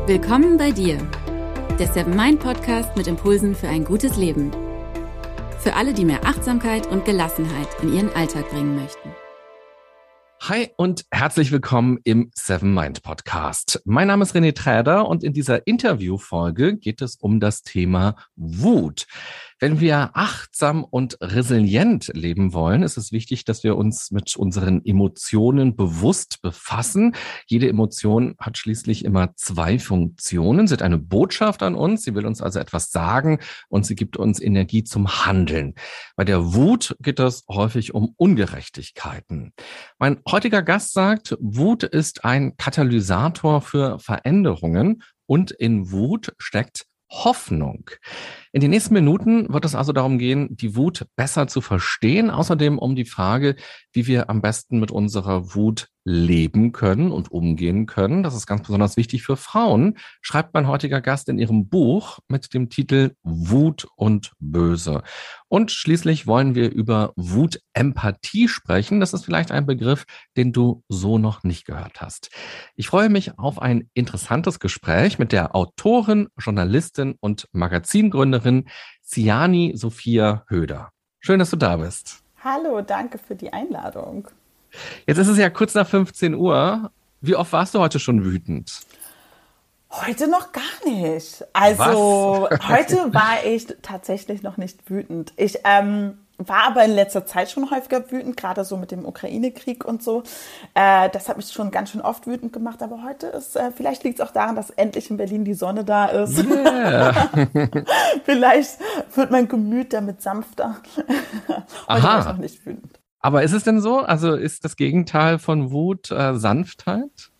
Willkommen bei dir, der Seven Mind Podcast mit Impulsen für ein gutes Leben. Für alle, die mehr Achtsamkeit und Gelassenheit in ihren Alltag bringen möchten. Hi und herzlich willkommen im Seven Mind Podcast. Mein Name ist René Träder und in dieser Interviewfolge geht es um das Thema Wut. Wenn wir achtsam und resilient leben wollen, ist es wichtig, dass wir uns mit unseren Emotionen bewusst befassen. Jede Emotion hat schließlich immer zwei Funktionen. Sie hat eine Botschaft an uns, sie will uns also etwas sagen und sie gibt uns Energie zum Handeln. Bei der Wut geht es häufig um Ungerechtigkeiten. Mein heutiger Gast sagt, Wut ist ein Katalysator für Veränderungen und in Wut steckt Hoffnung. In den nächsten Minuten wird es also darum gehen, die Wut besser zu verstehen. Außerdem um die Frage, wie wir am besten mit unserer Wut leben können und umgehen können. Das ist ganz besonders wichtig für Frauen, schreibt mein heutiger Gast in ihrem Buch mit dem Titel Wut und Böse. Und schließlich wollen wir über Wutempathie sprechen. Das ist vielleicht ein Begriff, den du so noch nicht gehört hast. Ich freue mich auf ein interessantes Gespräch mit der Autorin, Journalistin und Magazingründerin Ziani Sophia Höder. Schön, dass du da bist. Hallo, danke für die Einladung. Jetzt ist es ja kurz nach 15 Uhr. Wie oft warst du heute schon wütend? Heute noch gar nicht. Also heute war ich tatsächlich noch nicht wütend. Ich war aber in letzter Zeit schon häufiger wütend, gerade so mit dem Ukraine-Krieg und so. Das hat mich schon ganz schön oft wütend gemacht. Aber heute ist, vielleicht liegt es auch daran, dass endlich in Berlin die Sonne da ist. Yeah. Vielleicht wird mein Gemüt damit sanfter. Heute war ich noch nicht wütend. Aber ist es denn so? Also ist das Gegenteil von Wut Sanftheit?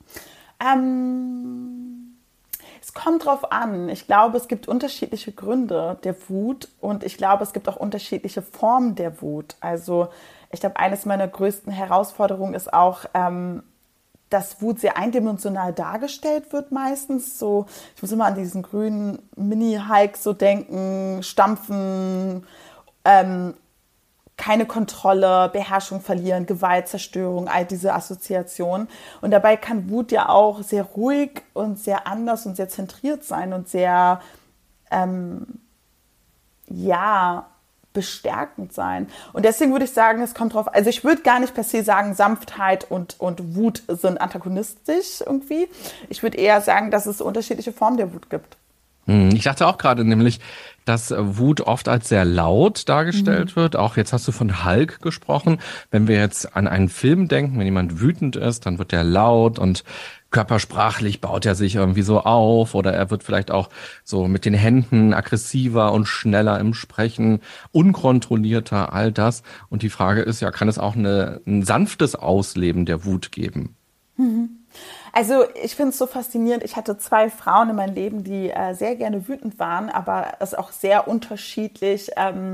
Es kommt drauf an. Ich glaube, es gibt unterschiedliche Gründe der Wut und ich glaube, es gibt auch unterschiedliche Formen der Wut. Also ich glaube, eines meiner größten Herausforderungen ist auch, dass Wut sehr eindimensional dargestellt wird meistens. So, ich muss immer an diesen grünen Mini-Hike so denken, stampfen, keine Kontrolle, Beherrschung verlieren, Gewalt, Zerstörung, all diese Assoziationen. Und dabei kann Wut ja auch sehr ruhig und sehr anders und sehr zentriert sein und sehr, bestärkend sein. Und deswegen würde ich sagen, es kommt drauf, also ich würde gar nicht per se sagen, Sanftheit und Wut sind antagonistisch irgendwie. Ich würde eher sagen, dass es unterschiedliche Formen der Wut gibt. Ich dachte auch gerade nämlich, dass Wut oft als sehr laut dargestellt wird. Auch jetzt hast du von Hulk gesprochen. Wenn wir jetzt an einen Film denken, wenn jemand wütend ist, dann wird er laut und körpersprachlich baut er sich irgendwie so auf oder er wird vielleicht auch so mit den Händen aggressiver und schneller im Sprechen, unkontrollierter, all das. Und die Frage ist ja, kann es auch ein sanftes Ausleben der Wut geben? Also ich finde es so faszinierend. Ich hatte 2 Frauen in meinem Leben, die sehr gerne wütend waren, aber es auch sehr unterschiedlich,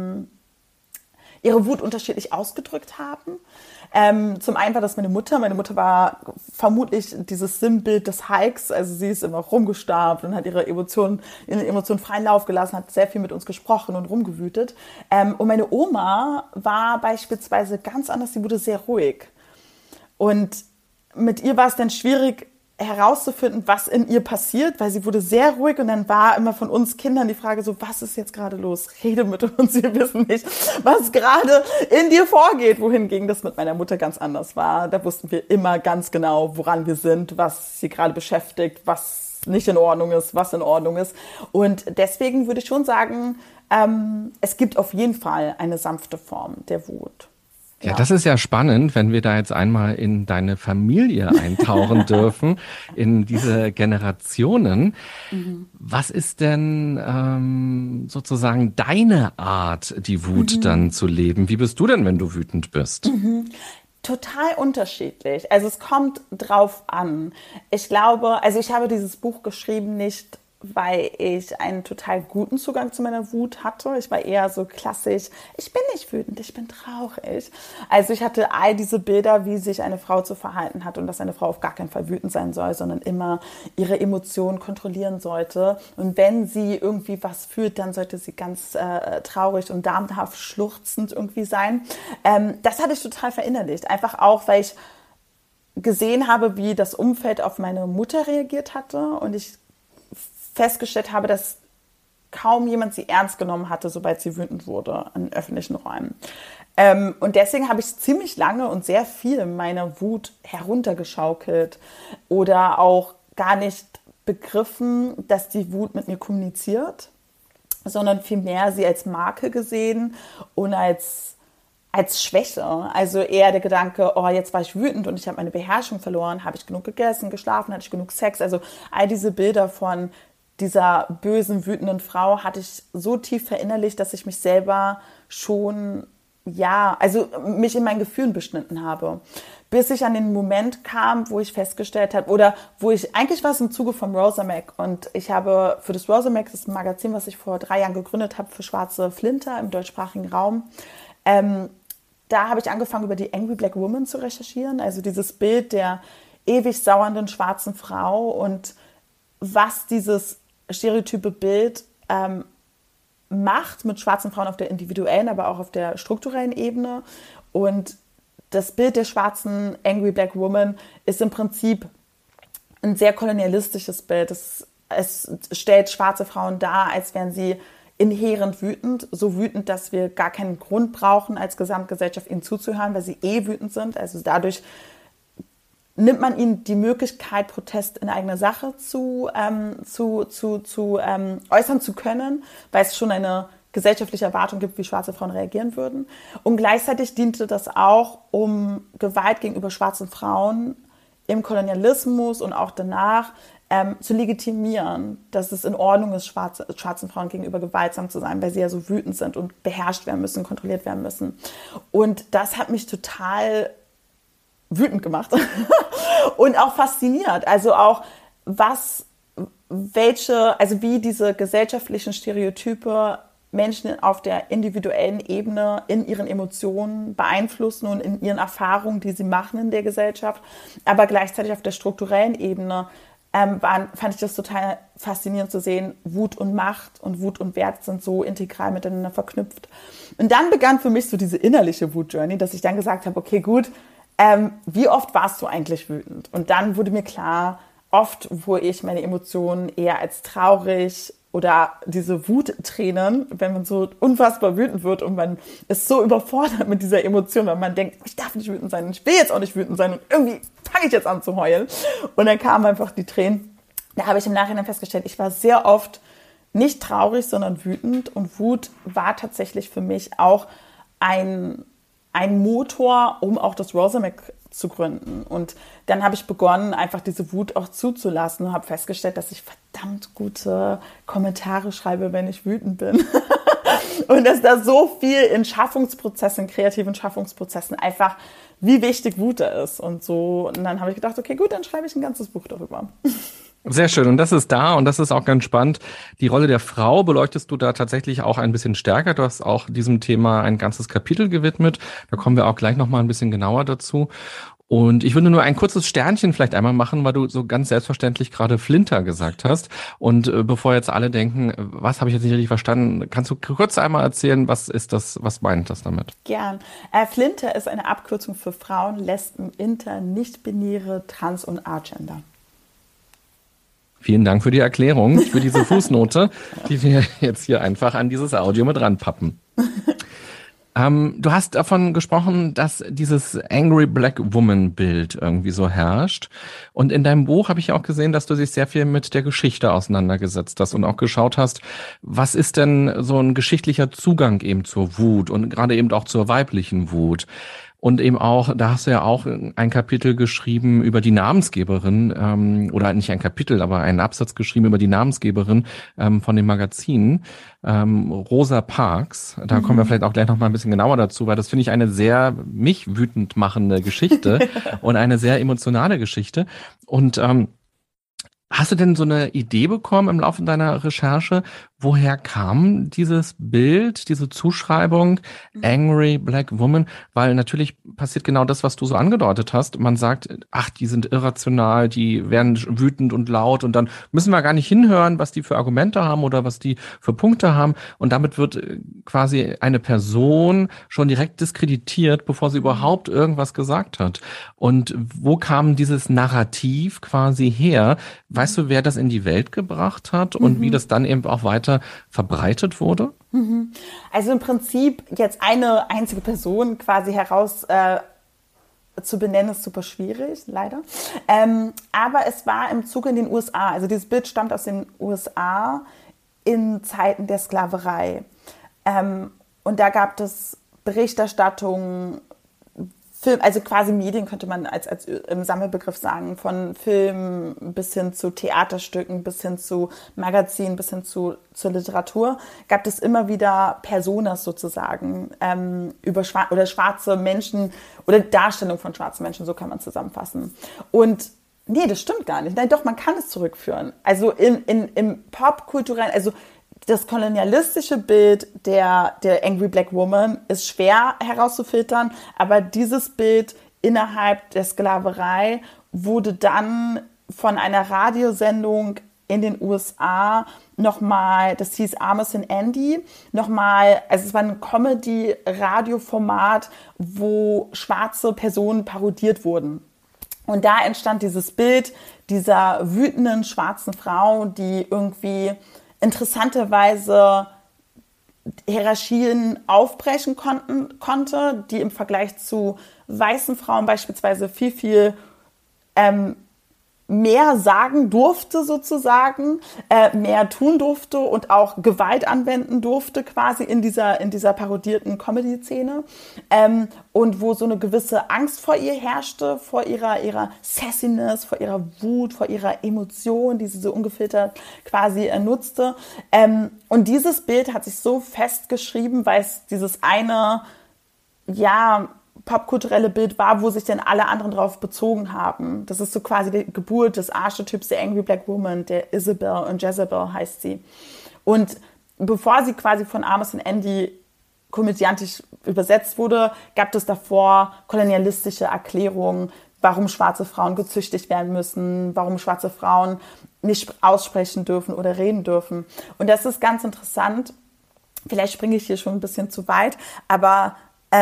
ihre Wut unterschiedlich ausgedrückt haben. Zum einen war das meine Mutter. Meine Mutter war vermutlich dieses Sinnbild des Hikes. Also sie ist immer rumgestarbt und hat ihre Emotionen freien Lauf gelassen, hat sehr viel mit uns gesprochen und rumgewütet. Und meine Oma war beispielsweise ganz anders. Sie wurde sehr ruhig. Und mit ihr war es dann schwierig herauszufinden, was in ihr passiert, weil sie wurde sehr ruhig und dann war immer von uns Kindern die Frage so, was ist jetzt gerade los? Rede mit uns, wir wissen nicht, was gerade in dir vorgeht. Wohingegen das mit meiner Mutter ganz anders war. Da wussten wir immer ganz genau, woran wir sind, was sie gerade beschäftigt, was nicht in Ordnung ist, was in Ordnung ist. Und deswegen würde ich schon sagen, es gibt auf jeden Fall eine sanfte Form der Wut. Ja, das ist ja spannend, wenn wir da jetzt einmal in deine Familie eintauchen dürfen, in diese Generationen. Was ist denn sozusagen deine Art, die Wut dann zu leben? Wie bist du denn, wenn du wütend bist? Total unterschiedlich. Also es kommt drauf an. Ich glaube, also ich habe dieses Buch geschrieben nicht, weil ich einen total guten Zugang zu meiner Wut hatte. Ich war eher so klassisch, ich bin nicht wütend, ich bin traurig. Also ich hatte all diese Bilder, wie sich eine Frau zu verhalten hat und dass eine Frau auf gar keinen Fall wütend sein soll, sondern immer ihre Emotionen kontrollieren sollte. Und wenn sie irgendwie was fühlt, dann sollte sie ganz traurig und damhaft schluchzend irgendwie sein. Das hatte ich total verinnerlicht. Einfach auch, weil ich gesehen habe, wie das Umfeld auf meine Mutter reagiert hatte und ich festgestellt habe, dass kaum jemand sie ernst genommen hatte, sobald sie wütend wurde in öffentlichen Räumen. Und deswegen habe ich ziemlich lange und sehr viel meine Wut heruntergeschaukelt oder auch gar nicht begriffen, dass die Wut mit mir kommuniziert, sondern vielmehr sie als Marke gesehen und als Schwäche. Also eher der Gedanke, oh, jetzt war ich wütend und ich habe meine Beherrschung verloren, habe ich genug gegessen, geschlafen, hatte ich genug Sex. Also all diese Bilder von dieser bösen, wütenden Frau hatte ich so tief verinnerlicht, dass ich mich selber schon, also mich in meinen Gefühlen beschnitten habe. Bis ich an den Moment kam, wo ich festgestellt habe, oder wo ich, eigentlich war es im Zuge vom Rosamac, und ich habe für das Rosamac, das ist ein Magazin, was ich vor 3 Jahren gegründet habe, für schwarze Flinter im deutschsprachigen Raum, da habe ich angefangen, über die Angry Black Woman zu recherchieren, also dieses Bild der ewig sauernden schwarzen Frau und was dieses stereotype Bild macht mit schwarzen Frauen auf der individuellen, aber auch auf der strukturellen Ebene. Und das Bild der schwarzen Angry Black Woman ist im Prinzip ein sehr kolonialistisches Bild. Es stellt schwarze Frauen dar, als wären sie inhärent wütend, so wütend, dass wir gar keinen Grund brauchen, als Gesamtgesellschaft ihnen zuzuhören, weil sie wütend sind. Also dadurch nimmt man ihnen die Möglichkeit, Protest in eigener Sache zu äußern zu können, weil es schon eine gesellschaftliche Erwartung gibt, wie schwarze Frauen reagieren würden. Und gleichzeitig diente das auch, um Gewalt gegenüber schwarzen Frauen im Kolonialismus und auch danach zu legitimieren, dass es in Ordnung ist, schwarzen Frauen gegenüber gewaltsam zu sein, weil sie ja so wütend sind und beherrscht werden müssen, kontrolliert werden müssen. Und das hat mich total wütend gemacht und auch fasziniert. Also auch wie diese gesellschaftlichen Stereotype Menschen auf der individuellen Ebene in ihren Emotionen beeinflussen und in ihren Erfahrungen, die sie machen in der Gesellschaft, aber gleichzeitig auf der strukturellen Ebene fand ich das total faszinierend zu sehen, Wut und Macht und Wut und Wert sind so integral miteinander verknüpft. Und dann begann für mich so diese innerliche Wut-Journey, dass ich dann gesagt habe, okay, gut, wie oft warst du eigentlich wütend? Und dann wurde mir klar, oft, wo ich meine Emotionen eher als traurig oder diese Wuttränen, wenn man so unfassbar wütend wird und man ist so überfordert mit dieser Emotion, weil man denkt, ich darf nicht wütend sein und ich will jetzt auch nicht wütend sein und irgendwie fange ich jetzt an zu heulen. Und dann kamen einfach die Tränen. Da habe ich im Nachhinein festgestellt, ich war sehr oft nicht traurig, sondern wütend, und Wut war tatsächlich für mich auch ein Motor, um auch das Rosamac zu gründen. Und dann habe ich begonnen, einfach diese Wut auch zuzulassen und habe festgestellt, dass ich verdammt gute Kommentare schreibe, wenn ich wütend bin. Und dass da so viel in Schaffungsprozessen, kreativen Schaffungsprozessen einfach, wie wichtig Wut da ist. Und dann habe ich gedacht, okay, gut, dann schreibe ich ein ganzes Buch darüber. Sehr schön. Und das ist da, und das ist auch ganz spannend. Die Rolle der Frau beleuchtest du da tatsächlich auch ein bisschen stärker. Du hast auch diesem Thema ein ganzes Kapitel gewidmet. Da kommen wir auch gleich nochmal ein bisschen genauer dazu. Und ich würde nur ein kurzes Sternchen vielleicht einmal machen, weil du so ganz selbstverständlich gerade Flinter gesagt hast. Und bevor jetzt alle denken, was habe ich jetzt nicht richtig verstanden, kannst du kurz einmal erzählen, was meint das damit? Gern. Flinter ist eine Abkürzung für Frauen, Lesben, Inter, Nicht-Binäre, Trans- und Agender. Vielen Dank für die Erklärung, für diese Fußnote, die wir jetzt hier einfach an dieses Audio mit ranpappen. Du hast davon gesprochen, dass dieses Angry Black Woman Bild irgendwie so herrscht. Und in deinem Buch habe ich auch gesehen, dass du dich sehr viel mit der Geschichte auseinandergesetzt hast und auch geschaut hast, was ist denn so ein geschichtlicher Zugang eben zur Wut und gerade eben auch zur weiblichen Wut. Und eben auch, da hast du ja auch ein Kapitel geschrieben über die Namensgeberin, oder nicht ein Kapitel, aber einen Absatz geschrieben über die Namensgeberin von dem Magazin, Rosa Parks. Da kommen wir vielleicht auch gleich noch mal ein bisschen genauer dazu, weil das finde ich eine sehr mich wütend machende Geschichte und eine sehr emotionale Geschichte. Und hast du denn so eine Idee bekommen im Laufe deiner Recherche, woher kam dieses Bild, diese Zuschreibung Angry Black Woman? Weil natürlich passiert genau das, was du so angedeutet hast. Man sagt, ach, die sind irrational, die werden wütend und laut und dann müssen wir gar nicht hinhören, was die für Argumente haben oder was die für Punkte haben. Und damit wird quasi eine Person schon direkt diskreditiert, bevor sie überhaupt irgendwas gesagt hat. Und wo kam dieses Narrativ quasi her? Weißt du, wer das in die Welt gebracht hat und wie das dann eben auch weiter verbreitet wurde? Also im Prinzip jetzt eine einzige Person quasi heraus zu benennen, ist super schwierig, leider. Aber es war im Zuge in den USA. Also dieses Bild stammt aus den USA in Zeiten der Sklaverei. Und da gab es Berichterstattungen, Film, also quasi Medien könnte man als im Sammelbegriff sagen, von Filmen bis hin zu Theaterstücken, bis hin zu Magazinen, bis hin zur Literatur, gab es immer wieder Personas sozusagen über schwarze Menschen oder Darstellung von schwarzen Menschen, so kann man zusammenfassen. Und nee, das stimmt gar nicht. Nein, doch, man kann es zurückführen. Also im popkulturellen, also das kolonialistische Bild der Angry Black Woman ist schwer herauszufiltern, aber dieses Bild innerhalb der Sklaverei wurde dann von einer Radiosendung in den USA nochmal, das hieß Amos and Andy, nochmal, also es war ein Comedy-Radioformat, wo schwarze Personen parodiert wurden. Und da entstand dieses Bild dieser wütenden schwarzen Frau, die irgendwie interessanterweise Hierarchien aufbrechen konnte, die im Vergleich zu weißen Frauen beispielsweise viel mehr sagen durfte sozusagen, mehr tun durfte und auch Gewalt anwenden durfte quasi in dieser parodierten Comedy-Szene, und wo so eine gewisse Angst vor ihr herrschte, vor ihrer Sassiness, vor ihrer Wut, vor ihrer Emotion, die sie so ungefiltert quasi nutzte. Und dieses Bild hat sich so festgeschrieben, weil es dieses eine, popkulturelle Bild war, wo sich dann alle anderen drauf bezogen haben. Das ist so quasi die Geburt des Archetyps der Angry Black Woman, der Isabel und Jezebel heißt sie. Und bevor sie quasi von Amos und Andy komödiantisch übersetzt wurde, gab es davor kolonialistische Erklärungen, warum schwarze Frauen gezüchtigt werden müssen, warum schwarze Frauen nicht aussprechen dürfen oder reden dürfen. Und das ist ganz interessant. Vielleicht springe ich hier schon ein bisschen zu weit, aber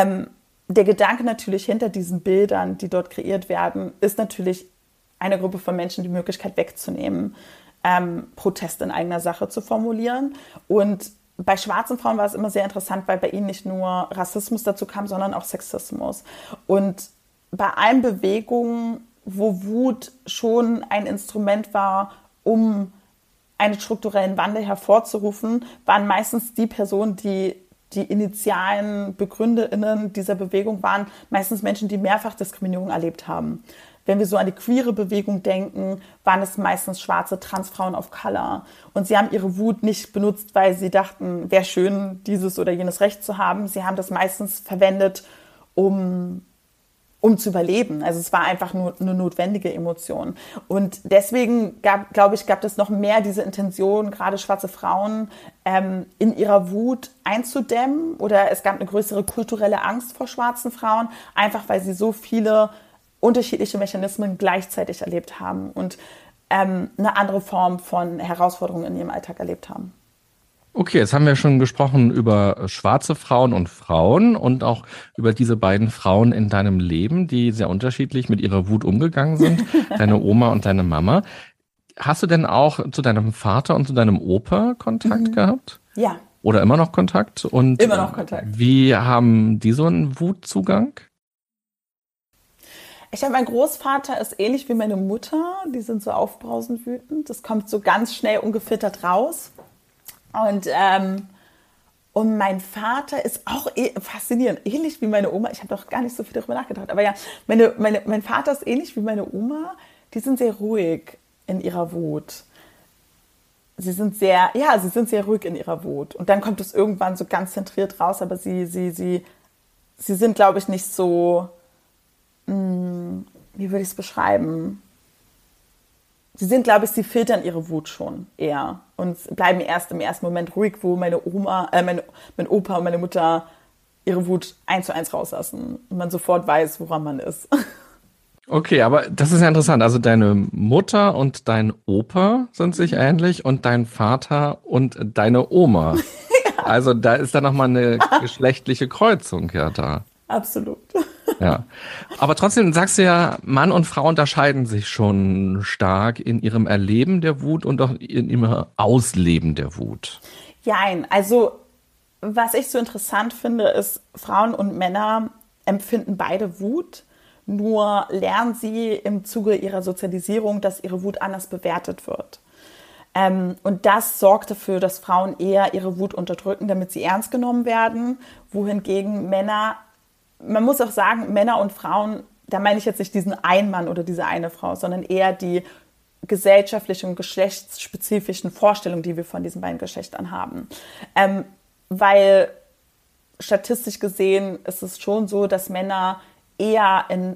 der Gedanke natürlich hinter diesen Bildern, die dort kreiert werden, ist natürlich einer Gruppe von Menschen die Möglichkeit wegzunehmen, Proteste in eigener Sache zu formulieren. Und bei schwarzen Frauen war es immer sehr interessant, weil bei ihnen nicht nur Rassismus dazu kam, sondern auch Sexismus. Und bei allen Bewegungen, wo Wut schon ein Instrument war, um einen strukturellen Wandel hervorzurufen, waren meistens die Personen, die initialen BegründerInnen dieser Bewegung waren meistens Menschen, die mehrfach Diskriminierung erlebt haben. Wenn wir so an die queere Bewegung denken, waren es meistens schwarze Transfrauen of Color. Und sie haben ihre Wut nicht benutzt, weil sie dachten, wäre schön, dieses oder jenes Recht zu haben. Sie haben das meistens verwendet, um zu überleben. Also es war einfach nur eine notwendige Emotion. Und deswegen gab es noch mehr diese Intention, gerade schwarze Frauen in ihrer Wut einzudämmen. Oder es gab eine größere kulturelle Angst vor schwarzen Frauen, einfach weil sie so viele unterschiedliche Mechanismen gleichzeitig erlebt haben und eine andere Form von Herausforderungen in ihrem Alltag erlebt haben. Okay, jetzt haben wir schon gesprochen über schwarze Frauen und auch über diese beiden Frauen in deinem Leben, die sehr unterschiedlich mit ihrer Wut umgegangen sind, deine Oma und deine Mama. Hast du denn auch zu deinem Vater und zu deinem Opa Kontakt gehabt? Ja. Oder immer noch Kontakt? Und immer noch Kontakt. Wie haben die so einen Wutzugang? Mein Großvater ist ähnlich wie meine Mutter. Die sind so aufbrausend wütend. Das kommt so ganz schnell ungefiltert raus. Und mein Vater ist auch faszinierend, ähnlich wie meine Oma. Ich habe noch gar nicht so viel darüber nachgedacht. Aber ja, mein Vater ist ähnlich wie meine Oma. Die sind sehr ruhig in ihrer Wut. Sie sind sehr ruhig in ihrer Wut. Und dann kommt es irgendwann so ganz zentriert raus. Aber sie sind, glaube ich, nicht so, wie würde ich es beschreiben? Sie sind, glaube ich, sie filtern ihre Wut schon eher und bleiben erst im ersten Moment ruhig, wo mein Opa und meine Mutter ihre Wut 1:1 rauslassen und man sofort weiß, woran man ist. Okay, aber das ist ja interessant. Also deine Mutter und dein Opa sind sich ähnlich und dein Vater und deine Oma. Ja. Also da ist dann nochmal eine geschlechtliche Kreuzung ja da. Absolut. Ja, aber trotzdem sagst du ja, Mann und Frau unterscheiden sich schon stark in ihrem Erleben der Wut und auch in ihrem Ausleben der Wut. Jein, also was ich so interessant finde, ist, Frauen und Männer empfinden beide Wut, nur lernen sie im Zuge ihrer Sozialisierung, dass ihre Wut anders bewertet wird. Und das sorgt dafür, dass Frauen eher ihre Wut unterdrücken, damit sie ernst genommen werden, wohingegen Männer, man muss auch sagen, Männer und Frauen, da meine ich jetzt nicht diesen einen Mann oder diese eine Frau, sondern eher die gesellschaftlichen und geschlechtsspezifischen Vorstellungen, die wir von diesen beiden Geschlechtern haben. Weil statistisch gesehen ist es schon so, dass Männer eher in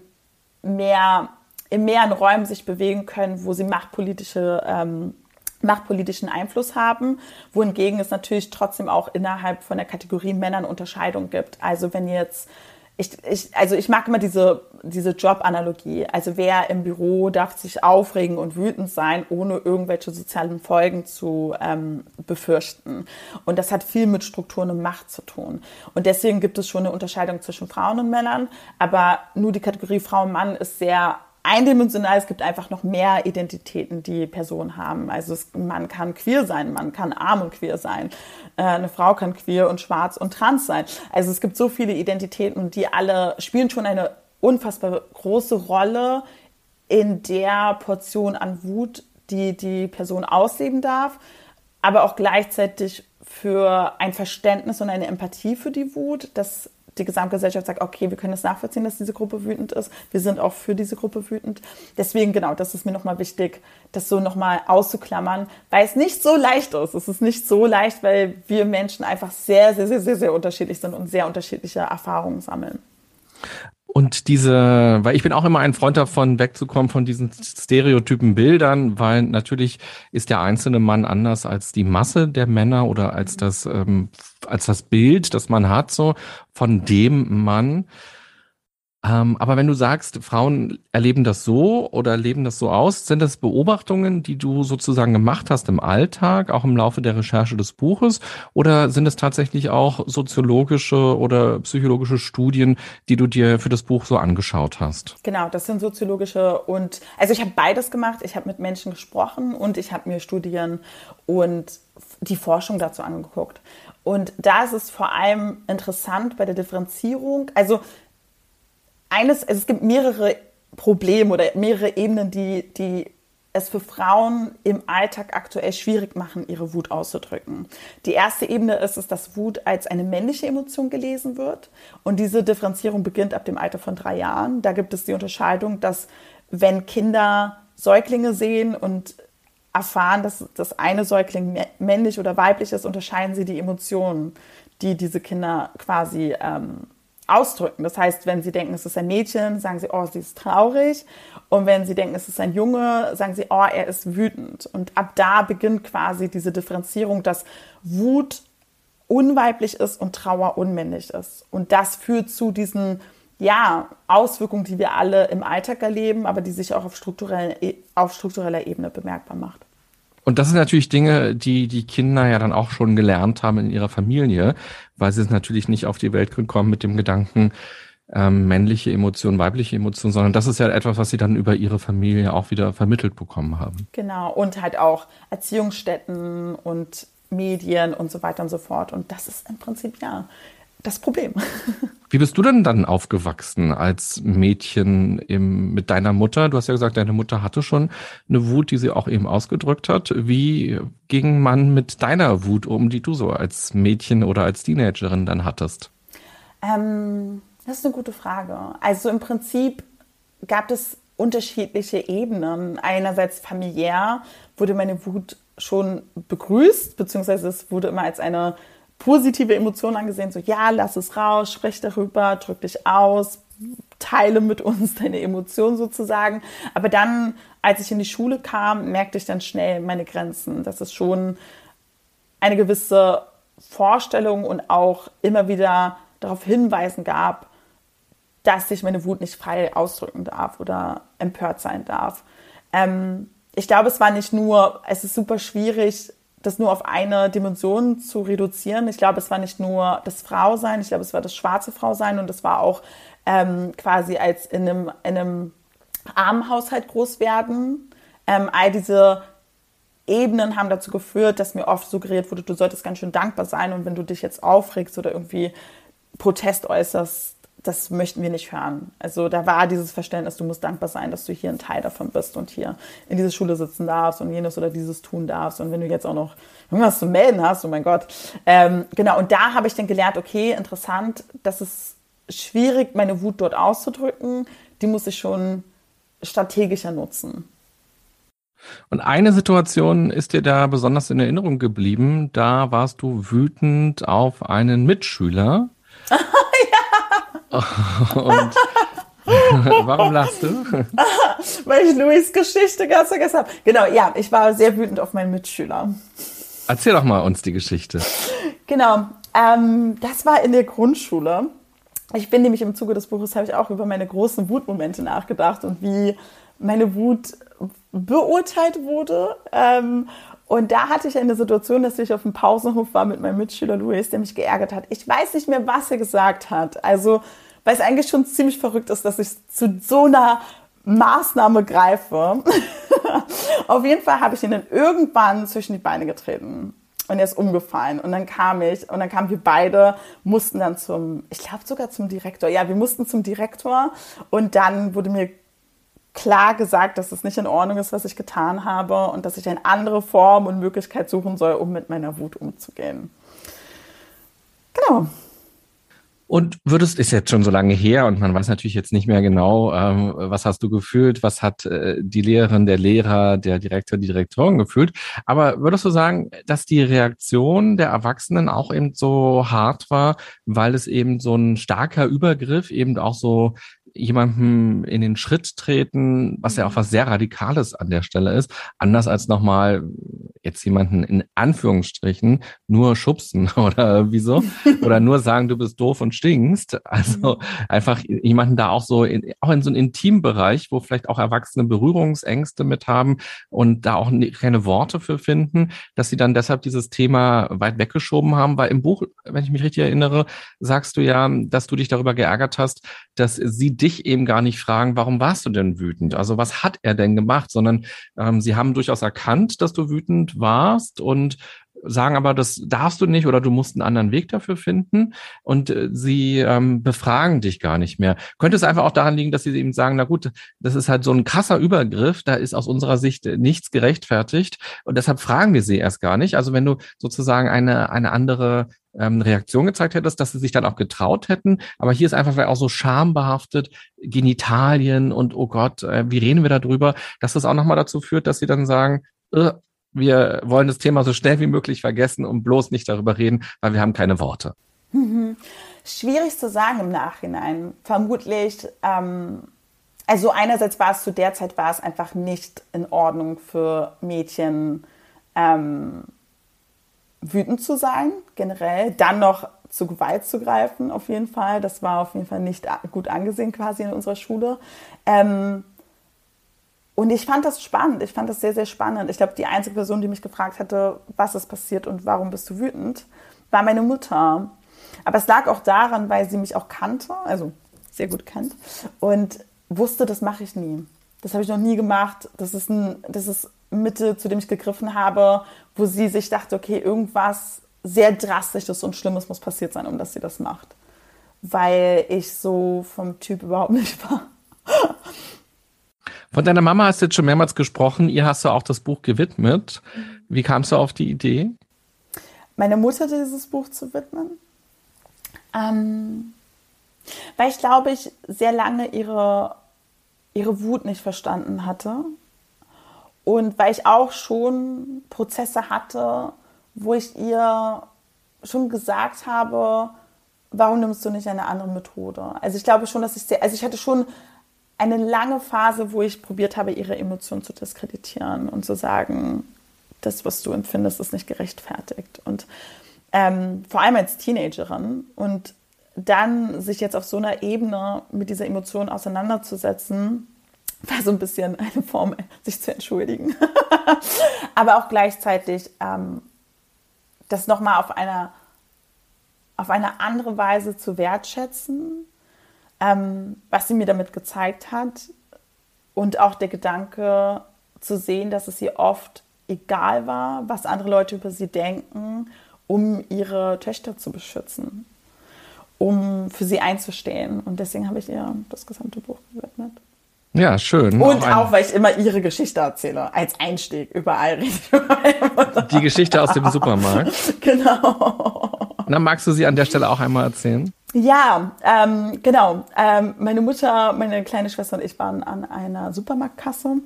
mehreren Räumen sich bewegen können, wo sie machtpolitischen Einfluss haben, wohingegen es natürlich trotzdem auch innerhalb von der Kategorie Männern Unterscheidung gibt. Also wenn jetzt, ich mag immer diese Jobanalogie. Also wer im Büro darf sich aufregen und wütend sein, ohne irgendwelche sozialen Folgen zu befürchten. Und das hat viel mit Strukturen und Macht zu tun. Und deswegen gibt es schon eine Unterscheidung zwischen Frauen und Männern. Aber nur die Kategorie Frau und Mann ist sehr eindimensional. Es gibt einfach noch mehr Identitäten, die Personen haben. Also man kann queer sein, man kann arm und queer sein. Eine Frau kann queer und schwarz und trans sein. Also es gibt so viele Identitäten und die alle spielen schon eine unfassbar große Rolle in der Portion an Wut, die die Person ausleben darf, aber auch gleichzeitig für ein Verständnis und eine Empathie für die Wut, dass die Gesamtgesellschaft sagt, okay, wir können es nachvollziehen, dass diese Gruppe wütend ist. Wir sind auch für diese Gruppe wütend. Deswegen, genau, das ist mir nochmal wichtig, das so nochmal auszuklammern, weil es nicht so leicht ist. Es ist nicht so leicht, weil wir Menschen einfach sehr, sehr, sehr, sehr, sehr unterschiedlich sind und sehr unterschiedliche Erfahrungen sammeln. Und weil ich bin auch immer ein Freund davon, wegzukommen von diesen stereotypen Bildern, weil natürlich ist der einzelne Mann anders als die Masse der Männer oder als das Bild, das man hat, so von dem Mann. Aber wenn du sagst, Frauen erleben das so oder leben das so aus, sind das Beobachtungen, die du sozusagen gemacht hast im Alltag, auch im Laufe der Recherche des Buches, oder sind es tatsächlich auch soziologische oder psychologische Studien, die du dir für das Buch so angeschaut hast? Genau, das sind soziologische also ich habe beides gemacht. Ich habe mit Menschen gesprochen und ich habe mir Studien und die Forschung dazu angeguckt. Und da ist es vor allem interessant bei der Differenzierung, also es gibt mehrere Probleme oder mehrere Ebenen, die es für Frauen im Alltag aktuell schwierig machen, ihre Wut auszudrücken. Die erste Ebene ist, dass Wut als eine männliche Emotion gelesen wird. Und diese Differenzierung beginnt ab dem Alter von 3 Jahren. Da gibt es die Unterscheidung, dass wenn Kinder Säuglinge sehen und erfahren, dass das eine Säugling männlich oder weiblich ist, unterscheiden sie die Emotionen, die diese Kinder quasi ausdrücken. Das heißt, wenn sie denken, es ist ein Mädchen, sagen sie, oh, sie ist traurig. Und wenn sie denken, es ist ein Junge, sagen sie, oh, er ist wütend. Und ab da beginnt quasi diese Differenzierung, dass Wut unweiblich ist und Trauer unmännlich ist. Und das führt zu diesen Auswirkungen, die wir alle im Alltag erleben, aber die sich auch auf struktureller Ebene bemerkbar macht. Und das sind natürlich Dinge, die die Kinder ja dann auch schon gelernt haben in ihrer Familie, weil sie es natürlich nicht auf die Welt gekommen mit dem Gedanken, männliche Emotionen, weibliche Emotionen, sondern das ist ja etwas, was sie dann über ihre Familie auch wieder vermittelt bekommen haben. Genau, und halt auch Erziehungsstätten und Medien und so weiter und so fort. Und das ist im Prinzip das Problem. Wie bist du denn dann aufgewachsen als Mädchen mit deiner Mutter? Du hast ja gesagt, deine Mutter hatte schon eine Wut, die sie auch eben ausgedrückt hat. Wie ging man mit deiner Wut um, die du so als Mädchen oder als Teenagerin dann hattest? Das ist eine gute Frage. Also im Prinzip gab es unterschiedliche Ebenen. Einerseits familiär wurde meine Wut schon begrüßt, beziehungsweise es wurde immer als eine positive Emotion angesehen, so ja, lass es raus, sprich darüber, drück dich aus, teile mit uns deine Emotionen sozusagen. Aber dann, als ich in die Schule kam, merkte ich dann schnell meine Grenzen. Dass es schon eine gewisse Vorstellung und auch immer wieder darauf hinweisen gab, dass ich meine Wut nicht frei ausdrücken darf oder empört sein darf. Ich glaube, es ist super schwierig, das nur auf eine Dimension zu reduzieren. Ich glaube, es war nicht nur das Frausein, ich glaube, es war das schwarze Frausein und es war auch quasi als in einem armen Haushalt groß werden. All diese Ebenen haben dazu geführt, dass mir oft suggeriert wurde, du solltest ganz schön dankbar sein und wenn du dich jetzt aufregst oder irgendwie Protest äußerst, das möchten wir nicht hören. Also da war dieses Verständnis, du musst dankbar sein, dass du hier ein Teil davon bist und hier in dieser Schule sitzen darfst und jenes oder dieses tun darfst. Und wenn du jetzt auch noch irgendwas zu melden hast, oh mein Gott. Genau, und da habe ich dann gelernt, okay, interessant, das ist schwierig, meine Wut dort auszudrücken. Die muss ich schon strategischer nutzen. Und eine Situation ist dir da besonders in Erinnerung geblieben. Da warst du wütend auf einen Mitschüler. Und warum lachst du? Weil ich Louis' Geschichte ganz vergessen habe. Genau, ja, ich war sehr wütend auf meinen Mitschüler. Erzähl doch mal uns die Geschichte. Genau, das war in der Grundschule. Ich bin nämlich im Zuge des Buches, habe ich auch über meine großen Wutmomente nachgedacht und wie meine Wut beurteilt wurde. Und da hatte ich eine Situation, dass ich auf dem Pausenhof war mit meinem Mitschüler Louis, der mich geärgert hat. Ich weiß nicht mehr, was er gesagt hat. Also, weil es eigentlich schon ziemlich verrückt ist, dass ich zu so einer Maßnahme greife. Auf jeden Fall habe ich ihn dann irgendwann zwischen die Beine getreten. Und er ist umgefallen. Und dann kamen wir beide, mussten dann ich glaube sogar zum Direktor. Ja, wir mussten zum Direktor. Und dann wurde mir klar gesagt, dass es nicht in Ordnung ist, was ich getan habe und dass ich eine andere Form und Möglichkeit suchen soll, um mit meiner Wut umzugehen. Genau. Und ist jetzt schon so lange her und man weiß natürlich jetzt nicht mehr genau, was hast du gefühlt, was hat die Lehrerin, der Lehrer, der Direktor, die Direktorin gefühlt. Aber würdest du sagen, dass die Reaktion der Erwachsenen auch eben so hart war, weil es eben so ein starker Übergriff eben auch so jemandem in den Schritt treten, was ja auch was sehr Radikales an der Stelle ist, anders als nochmal jetzt jemanden in Anführungsstrichen nur schubsen oder wieso? Oder nur sagen, du bist doof und stinkst. Also einfach jemanden da auch so auch in so einem Intimbereich, wo vielleicht auch Erwachsene Berührungsängste mit haben und da auch keine Worte für finden, dass sie dann deshalb dieses Thema weit weggeschoben haben, weil im Buch, wenn ich mich richtig erinnere, sagst du ja, dass du dich darüber geärgert hast, dass sie dich eben gar nicht fragen, warum warst du denn wütend? Also was hat er denn gemacht? Sondern sie haben durchaus erkannt, dass du wütend warst und sagen aber, das darfst du nicht oder du musst einen anderen Weg dafür finden und sie befragen dich gar nicht mehr. Könnte es einfach auch daran liegen, dass sie eben sagen, na gut, das ist halt so ein krasser Übergriff, da ist aus unserer Sicht nichts gerechtfertigt und deshalb fragen wir sie erst gar nicht. Also wenn du sozusagen eine andere Reaktion gezeigt hättest, dass sie sich dann auch getraut hätten. Aber hier ist einfach auch so schambehaftet, Genitalien und oh Gott, wie reden wir darüber, dass das auch nochmal dazu führt, dass sie dann sagen, wir wollen das Thema so schnell wie möglich vergessen und bloß nicht darüber reden, weil wir haben keine Worte. Schwierig zu sagen im Nachhinein. Vermutlich, also einerseits war es einfach nicht in Ordnung für Mädchen, wütend zu sein, generell. Dann noch zu Gewalt zu greifen, auf jeden Fall. Das war auf jeden Fall nicht gut angesehen quasi in unserer Schule. Und ich fand das spannend. Ich fand das sehr, sehr spannend. Ich glaube, die einzige Person, die mich gefragt hatte, was ist passiert und warum bist du wütend, war meine Mutter. Aber es lag auch daran, weil sie mich auch kannte, also sehr gut kennt, und wusste, das mache ich nie. Das habe ich noch nie gemacht. Das ist Mitte, zu dem ich gegriffen habe, wo sie sich dachte, okay, irgendwas sehr Drastisches und Schlimmes muss passiert sein, um dass sie das macht. Weil ich so vom Typ überhaupt nicht war. Von deiner Mama hast du jetzt schon mehrmals gesprochen. Ihr hast du auch das Buch gewidmet. Wie kamst du auf die Idee? Meine Mutter dieses Buch zu widmen? Weil ich glaube, ich sehr lange ihre Wut nicht verstanden hatte. Und weil ich auch schon Prozesse hatte, wo ich ihr schon gesagt habe, warum nimmst du nicht eine andere Methode? Also ich glaube schon, ich hatte schon eine lange Phase, wo ich probiert habe, ihre Emotionen zu diskreditieren und zu sagen, das, was du empfindest, ist nicht gerechtfertigt. Und vor allem als Teenagerin. Und dann sich jetzt auf so einer Ebene mit dieser Emotion auseinanderzusetzen, war so ein bisschen eine Form, sich zu entschuldigen. Aber auch gleichzeitig das nochmal auf eine andere Weise zu wertschätzen, was sie mir damit gezeigt hat. Und auch der Gedanke zu sehen, dass es ihr oft egal war, was andere Leute über sie denken, um ihre Töchter zu beschützen, um für sie einzustehen. Und deswegen habe ich ihr das gesamte Buch gewidmet. Ja, schön. Und auch, weil ich immer ihre Geschichte erzähle, als Einstieg. Überall rede ich über meine Mutter. Die Geschichte aus dem Supermarkt. Genau. Na, magst du sie an der Stelle auch einmal erzählen? Ja, genau. Meine Mutter, meine kleine Schwester und ich waren an einer Supermarktkasse.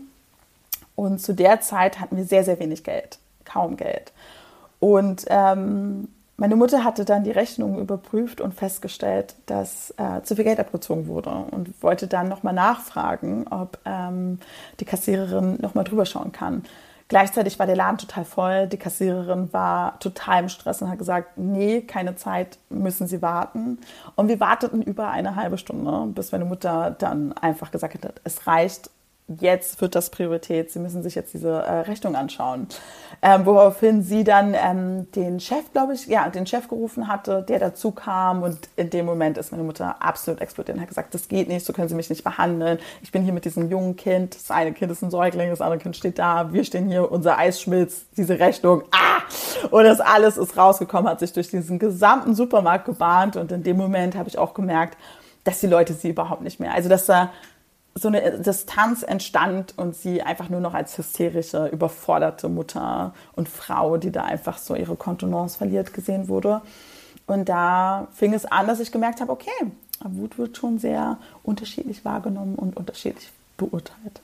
Und zu der Zeit hatten wir sehr, sehr wenig Geld. Kaum Geld. Und meine Mutter hatte dann die Rechnung überprüft und festgestellt, dass zu viel Geld abgezogen wurde und wollte dann nochmal nachfragen, ob die Kassiererin nochmal drüber schauen kann. Gleichzeitig war der Laden total voll, die Kassiererin war total im Stress und hat gesagt, nee, keine Zeit, müssen Sie warten. Und wir warteten über eine halbe Stunde, bis meine Mutter dann einfach gesagt hat, es reicht, jetzt wird das Priorität, Sie müssen sich jetzt diese Rechnung anschauen. Woraufhin sie dann den Chef gerufen hatte, der dazu kam, und in dem Moment ist meine Mutter absolut explodiert und hat gesagt, das geht nicht, so können Sie mich nicht behandeln. Ich bin hier mit diesem jungen Kind, das eine Kind ist ein Säugling, das andere Kind steht da, wir stehen hier, unser Eis schmilzt, diese Rechnung, und das alles ist rausgekommen, hat sich durch diesen gesamten Supermarkt gebahnt, und in dem Moment habe ich auch gemerkt, dass die Leute sie überhaupt nicht mehr, also dass da so eine Distanz entstand und sie einfach nur noch als hysterische, überforderte Mutter und Frau, die da einfach so ihre Kontenance verliert, gesehen wurde. Und da fing es an, dass ich gemerkt habe, okay, Wut wird schon sehr unterschiedlich wahrgenommen und unterschiedlich beurteilt.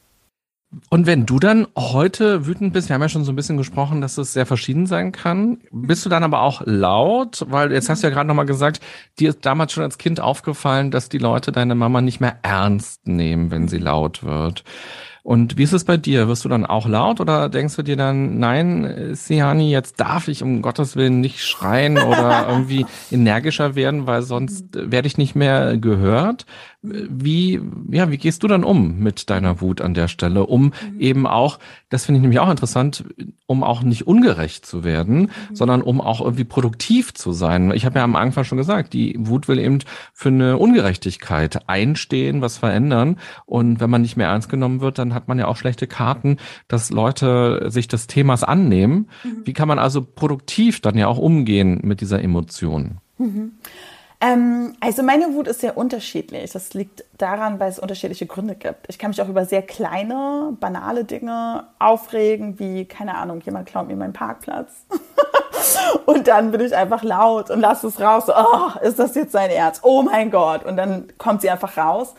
Und wenn du dann heute wütend bist, wir haben ja schon so ein bisschen gesprochen, dass es sehr verschieden sein kann, bist du dann aber auch laut? Weil jetzt hast du ja gerade nochmal gesagt, dir ist damals schon als Kind aufgefallen, dass die Leute deine Mama nicht mehr ernst nehmen, wenn sie laut wird. Und wie ist es bei dir? Wirst du dann auch laut oder denkst du dir dann, nein, Sihani, jetzt darf ich um Gottes Willen nicht schreien oder irgendwie energischer werden, weil sonst werde ich nicht mehr gehört? Wie gehst du dann um mit deiner Wut an der Stelle, um eben auch, das finde ich nämlich auch interessant, um auch nicht ungerecht zu werden, sondern um auch irgendwie produktiv zu sein? Ich habe ja am Anfang schon gesagt, die Wut will eben für eine Ungerechtigkeit einstehen, was verändern. Und wenn man nicht mehr ernst genommen wird, dann hat man ja auch schlechte Karten, dass Leute sich des Themas annehmen. Wie kann man also produktiv dann ja auch umgehen mit dieser Emotion? Also meine Wut ist sehr unterschiedlich. Das liegt daran, weil es unterschiedliche Gründe gibt. Ich kann mich auch über sehr kleine, banale Dinge aufregen, wie, keine Ahnung, jemand klaut mir meinen Parkplatz. Und dann bin ich einfach laut und lasse es raus. So, oh, ist das jetzt sein Ernst? Oh mein Gott. Und dann kommt sie einfach raus.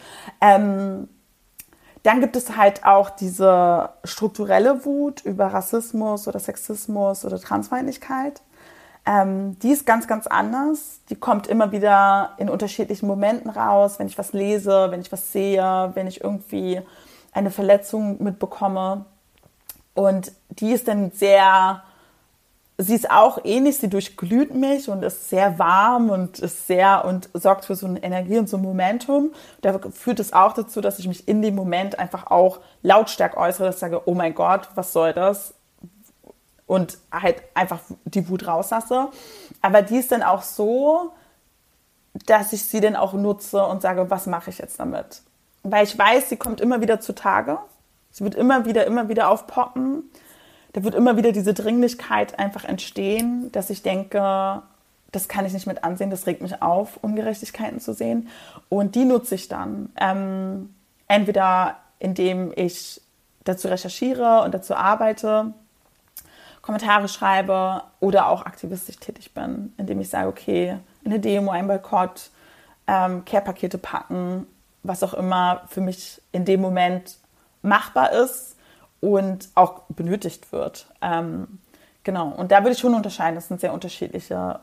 Dann gibt es halt auch diese strukturelle Wut über Rassismus oder Sexismus oder Transfeindlichkeit. Die ist ganz, ganz anders. Die kommt immer wieder in unterschiedlichen Momenten raus, wenn ich was lese, wenn ich was sehe, wenn ich irgendwie eine Verletzung mitbekomme. Und die ist dann sie ist auch ähnlich, sie durchglüht mich und ist sehr warm und sorgt für so eine Energie und so ein Momentum. Da führt es auch dazu, dass ich mich in dem Moment einfach auch lautstark äußere, dass ich sage, oh mein Gott, was soll das? Und halt einfach die Wut rauslasse. Aber die ist dann auch so, dass ich sie dann auch nutze und sage, was mache ich jetzt damit? Weil ich weiß, sie kommt immer wieder zutage. Sie wird immer wieder aufpoppen. Da wird immer wieder diese Dringlichkeit einfach entstehen, dass ich denke, das kann ich nicht mit ansehen, das regt mich auf, Ungerechtigkeiten zu sehen. Und die nutze ich dann. Entweder indem ich dazu recherchiere und dazu arbeite, Kommentare schreibe oder auch aktivistisch tätig bin, indem ich sage, okay, eine Demo, ein Boykott, Care-Pakete packen, was auch immer für mich in dem Moment machbar ist und auch benötigt wird. Genau, und da würde ich schon unterscheiden, das sind sehr unterschiedliche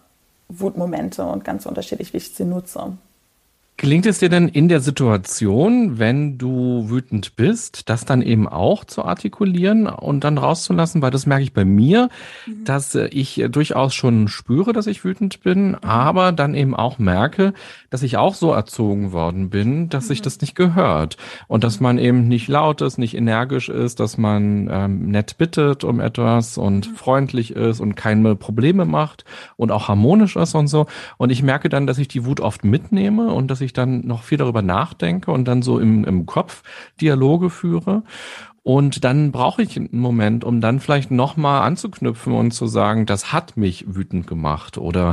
Wutmomente und ganz unterschiedlich, wie ich sie nutze. Gelingt es dir denn in der Situation, wenn du wütend bist, das dann eben auch zu artikulieren und dann rauszulassen? Weil das merke ich bei mir, dass ich durchaus schon spüre, dass ich wütend bin, aber dann eben auch merke, dass ich auch so erzogen worden bin, dass sich das nicht gehört und dass man eben nicht laut ist, nicht energisch ist, dass man nett bittet um etwas und freundlich ist und keine Probleme macht und auch harmonisch ist und so. Und ich merke dann, dass ich die Wut oft mitnehme und dass ich dann noch viel darüber nachdenke und dann so im Kopf Dialoge führe. Und dann brauche ich einen Moment, um dann vielleicht nochmal anzuknüpfen und zu sagen, das hat mich wütend gemacht oder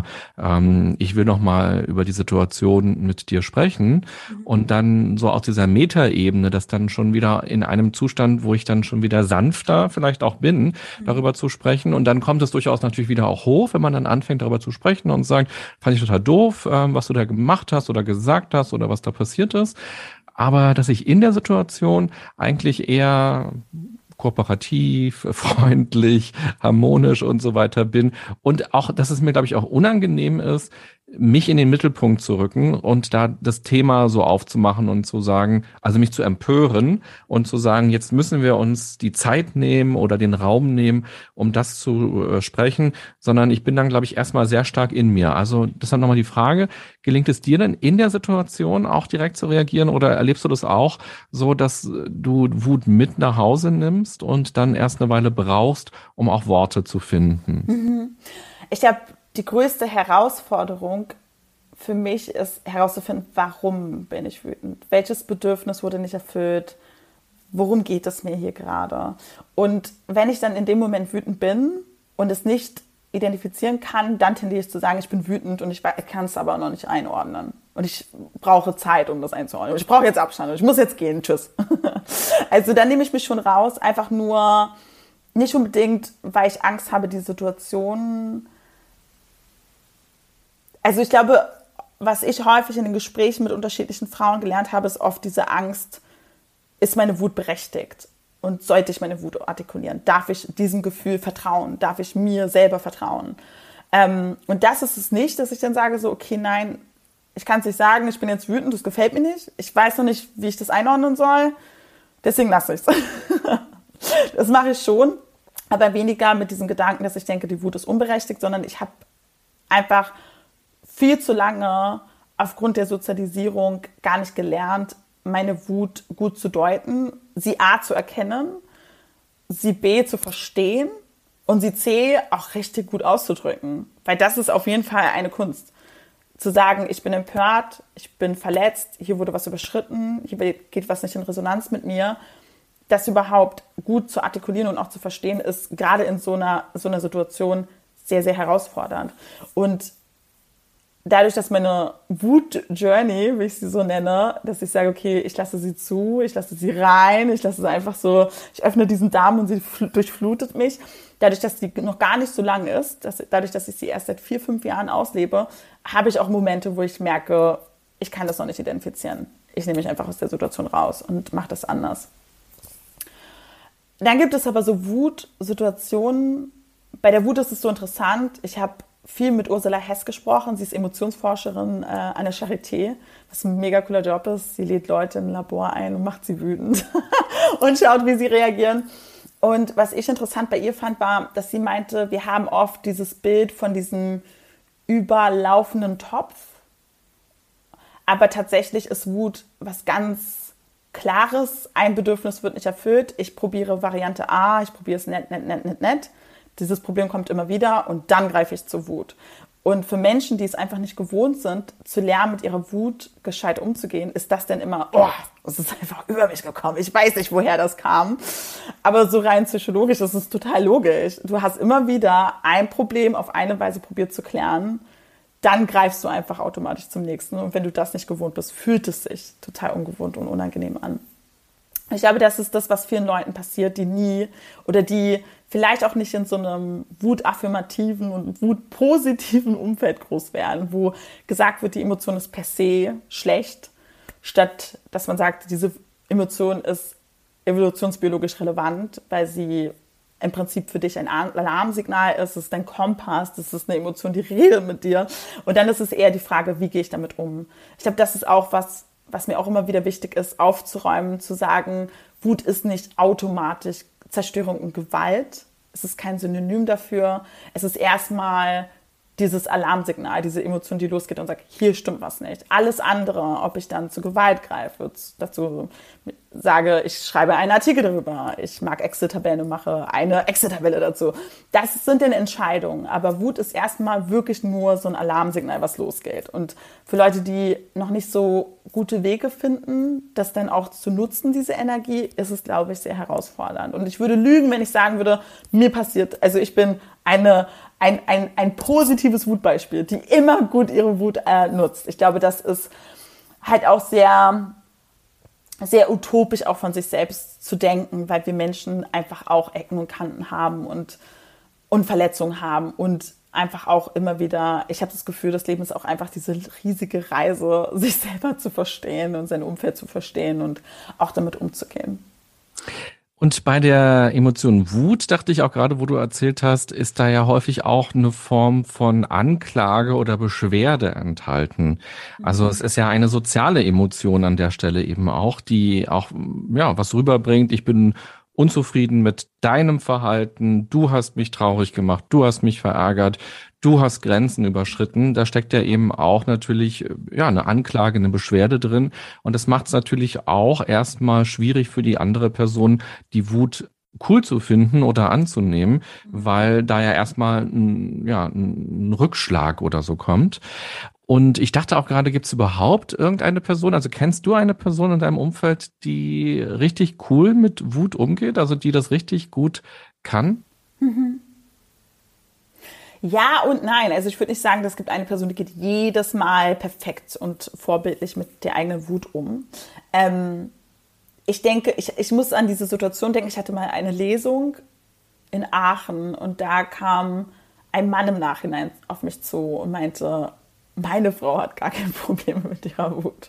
ich will nochmal über die Situation mit dir sprechen und dann so aus dieser Metaebene, das dann schon wieder in einem Zustand, wo ich dann schon wieder sanfter vielleicht auch bin, darüber zu sprechen und dann kommt es durchaus natürlich wieder auch hoch, wenn man dann anfängt darüber zu sprechen und sagt, fand ich total doof, was du da gemacht hast oder gesagt hast oder was da passiert ist. Aber dass ich in der Situation eigentlich eher kooperativ, freundlich, harmonisch und so weiter bin. Und auch, dass es mir, glaube ich, auch unangenehm ist, mich in den Mittelpunkt zu rücken und da das Thema so aufzumachen und zu sagen, also mich zu empören und zu sagen, jetzt müssen wir uns die Zeit nehmen oder den Raum nehmen, um das zu sprechen, sondern ich bin dann, glaube ich, erstmal sehr stark in mir. Also deshalb nochmal die Frage, gelingt es dir denn in der Situation auch direkt zu reagieren oder erlebst du das auch so, dass du Wut mit nach Hause nimmst und dann erst eine Weile brauchst, um auch Worte zu finden? Ich glaube, die größte Herausforderung für mich ist herauszufinden, warum bin ich wütend? Welches Bedürfnis wurde nicht erfüllt? Worum geht es mir hier gerade? Und wenn ich dann in dem Moment wütend bin und es nicht identifizieren kann, dann tendiere ich zu sagen, ich bin wütend und ich kann es aber noch nicht einordnen. Und ich brauche Zeit, um das einzuordnen. Ich brauche jetzt Abstand und ich muss jetzt gehen. Tschüss. Also dann nehme ich mich schon raus, einfach nur nicht unbedingt, weil ich Angst habe, die Situation. Also ich glaube, was ich häufig in den Gesprächen mit unterschiedlichen Frauen gelernt habe, ist oft diese Angst, ist meine Wut berechtigt? Und sollte ich meine Wut artikulieren? Darf ich diesem Gefühl vertrauen? Darf ich mir selber vertrauen? Und das ist es nicht, dass ich dann sage so, okay, nein, ich kann es nicht sagen, ich bin jetzt wütend, das gefällt mir nicht. Ich weiß noch nicht, wie ich das einordnen soll. Deswegen lasse ich es. Das mache ich schon, aber weniger mit diesem Gedanken, dass ich denke, die Wut ist unberechtigt, sondern ich habe einfach viel zu lange aufgrund der Sozialisierung gar nicht gelernt, meine Wut gut zu deuten, sie A zu erkennen, sie B zu verstehen und sie C auch richtig gut auszudrücken. Weil das ist auf jeden Fall eine Kunst. Zu sagen, ich bin empört, ich bin verletzt, hier wurde was überschritten, hier geht was nicht in Resonanz mit mir. Das überhaupt gut zu artikulieren und auch zu verstehen, ist gerade in so einer Situation sehr, sehr herausfordernd. Und dadurch, dass meine Wut-Journey, wie ich sie so nenne, dass ich sage, okay, ich lasse sie zu, ich lasse sie rein, ich lasse sie einfach so, ich öffne diesen Darm und sie durchflutet mich. Dadurch, dass sie noch gar nicht so lang ist, dadurch, dass ich sie erst seit 4-5 Jahren auslebe, habe ich auch Momente, wo ich merke, ich kann das noch nicht identifizieren. Ich nehme mich einfach aus der Situation raus und mache das anders. Dann gibt es aber so Wut-Situationen. Bei der Wut ist es so interessant. Ich habe viel mit Ursula Hess gesprochen. Sie ist Emotionsforscherin an der Charité, was ein mega cooler Job ist. Sie lädt Leute in ein Labor ein und macht sie wütend und schaut, wie sie reagieren. Und was ich interessant bei ihr fand, war, dass sie meinte, wir haben oft dieses Bild von diesem überlaufenden Topf. Aber tatsächlich ist Wut was ganz Klares. Ein Bedürfnis wird nicht erfüllt. Ich probiere Variante A, ich probiere es nett. Dieses Problem kommt immer wieder und dann greife ich zur Wut. Und für Menschen, die es einfach nicht gewohnt sind, zu lernen, mit ihrer Wut gescheit umzugehen, ist das dann immer, es ist einfach über mich gekommen. Ich weiß nicht, woher das kam. Aber so rein psychologisch ist es total logisch. Du hast immer wieder ein Problem auf eine Weise probiert zu klären, dann greifst du einfach automatisch zum nächsten. Und wenn du das nicht gewohnt bist, fühlt es sich total ungewohnt und unangenehm an. Ich glaube, das ist das, was vielen Leuten passiert, die nie oder die vielleicht auch nicht in so einem wutaffirmativen und wutpositiven Umfeld groß werden, wo gesagt wird, die Emotion ist per se schlecht, statt dass man sagt, diese Emotion ist evolutionsbiologisch relevant, weil sie im Prinzip für dich ein Alarmsignal ist, es ist dein Kompass, das ist eine Emotion, die redet mit dir. Und dann ist es eher die Frage, wie gehe ich damit um? Ich glaube, das ist auch was mir auch immer wieder wichtig ist, aufzuräumen, zu sagen, Wut ist nicht automatisch Zerstörung und Gewalt. Es ist kein Synonym dafür. Es ist erstmal dieses Alarmsignal, diese Emotion, die losgeht und sagt, hier stimmt was nicht. Alles andere, ob ich dann zu Gewalt greife, dazu sage, ich schreibe einen Artikel darüber, ich mag Excel-Tabellen und mache eine Excel-Tabelle dazu. Das sind dann Entscheidungen. Aber Wut ist erstmal wirklich nur so ein Alarmsignal, was losgeht. Und für Leute, die noch nicht so gute Wege finden, das dann auch zu nutzen, diese Energie, ist es, glaube ich, sehr herausfordernd. Und ich würde lügen, wenn ich sagen würde, mir passiert, also ich bin ein positives Wutbeispiel, die immer gut ihre Wut nutzt. Ich glaube, das ist halt auch sehr, sehr utopisch auch von sich selbst zu denken, weil wir Menschen einfach auch Ecken und Kanten haben und Verletzungen haben und einfach auch immer wieder, ich habe das Gefühl, das Leben ist auch einfach diese riesige Reise, sich selber zu verstehen und sein Umfeld zu verstehen und auch damit umzugehen. Und bei der Emotion Wut, dachte ich auch gerade, wo du erzählt hast, ist da ja häufig auch eine Form von Anklage oder Beschwerde enthalten. Also es ist ja eine soziale Emotion an der Stelle eben auch, die auch, ja, was rüberbringt. Ich bin unzufrieden mit deinem Verhalten. Du hast mich traurig gemacht. Du hast mich verärgert. Du hast Grenzen überschritten. Da steckt ja eben auch natürlich ja eine Anklage, eine Beschwerde drin. Und das macht es natürlich auch erstmal schwierig für die andere Person, die Wut cool zu finden oder anzunehmen, weil da ja erstmal ein Rückschlag oder so kommt. Und ich dachte auch gerade, gibt es überhaupt irgendeine Person, also kennst du eine Person in deinem Umfeld, die richtig cool mit Wut umgeht, also die das richtig gut kann? Ja und nein. Also ich würde nicht sagen, es gibt eine Person, die geht jedes Mal perfekt und vorbildlich mit der eigenen Wut um. Ich denke, ich muss an diese Situation denken, ich hatte mal eine Lesung in Aachen und da kam ein Mann im Nachhinein auf mich zu und meinte, meine Frau hat gar kein Problem mit ihrer Wut.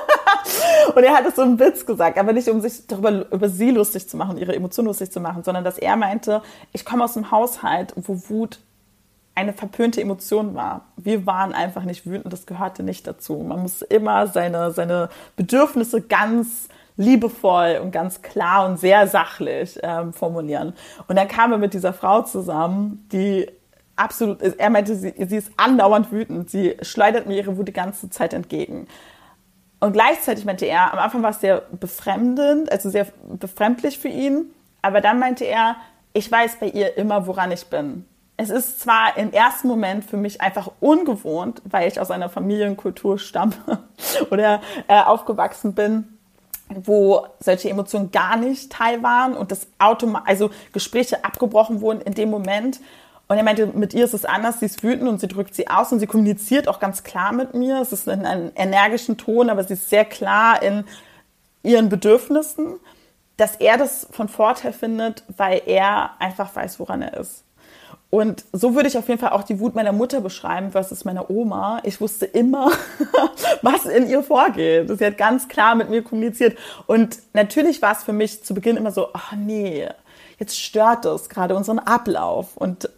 Und er hat es so einen Witz gesagt, aber nicht, um sich über sie lustig zu machen, ihre Emotionen lustig zu machen, sondern dass er meinte, ich komme aus einem Haushalt, wo Wut eine verpönte Emotion war. Wir waren einfach nicht wütend, das gehörte nicht dazu. Man muss immer seine Bedürfnisse ganz liebevoll und ganz klar und sehr sachlich formulieren. Und dann kam er mit dieser Frau zusammen, die absolut, er meinte, sie ist andauernd wütend, sie schleudert mir ihre Wut die ganze Zeit entgegen. Und gleichzeitig meinte er, am Anfang war es sehr befremdend, also sehr befremdlich für ihn, aber dann meinte er, ich weiß bei ihr immer, woran ich bin. Es ist zwar im ersten Moment für mich einfach ungewohnt, weil ich aus einer Familienkultur stamme oder aufgewachsen bin, wo solche Emotionen gar nicht Teil waren und also Gespräche abgebrochen wurden in dem Moment. Und er meinte, mit ihr ist es anders, sie ist wütend und sie drückt sie aus und sie kommuniziert auch ganz klar mit mir. Es ist in einem energischen Ton, aber sie ist sehr klar in ihren Bedürfnissen, dass er das von Vorteil findet, weil er einfach weiß, woran er ist. Und so würde ich auf jeden Fall auch die Wut meiner Mutter beschreiben versus meiner Oma. Ich wusste immer, was in ihr vorgeht. Sie hat ganz klar mit mir kommuniziert. Und natürlich war es für mich zu Beginn immer so, ach nee, jetzt stört es gerade unseren Ablauf.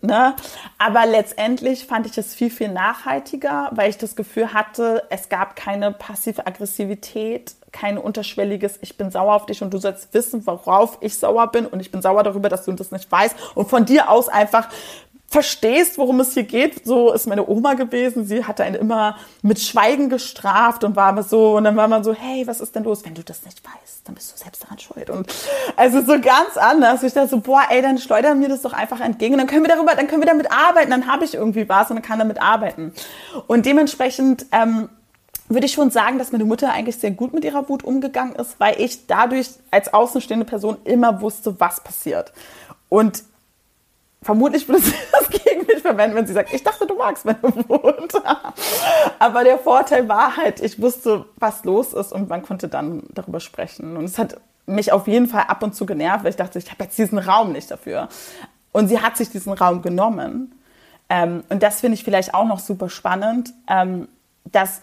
Aber letztendlich fand ich es viel, viel nachhaltiger, weil ich das Gefühl hatte, es gab keine passive Aggressivität, kein unterschwelliges, ich bin sauer auf dich und du sollst wissen, worauf ich sauer bin und ich bin sauer darüber, dass du das nicht weißt und von dir aus einfach verstehst, worum es hier geht. So ist meine Oma gewesen. Sie hatte einen immer mit Schweigen gestraft und war immer so, und dann war man so, hey, was ist denn los? Wenn du das nicht weißt, dann bist du selbst daran schuld. Und also so ganz anders. Ich dachte so, boah, ey, dann schleudern mir das doch einfach entgegen. Dann können wir damit arbeiten. Dann habe ich irgendwie was und dann kann damit arbeiten. Und dementsprechend, würde ich schon sagen, dass meine Mutter eigentlich sehr gut mit ihrer Wut umgegangen ist, weil ich dadurch als außenstehende Person immer wusste, was passiert. Und vermutlich würde sie das gegen mich verwenden, wenn sie sagt, ich dachte, du magst meine Wut. Aber der Vorteil war halt, ich wusste, was los ist und man konnte dann darüber sprechen. Und es hat mich auf jeden Fall ab und zu genervt, weil ich dachte, ich habe jetzt diesen Raum nicht dafür. Und sie hat sich diesen Raum genommen. Und das finde ich vielleicht auch noch super spannend, dass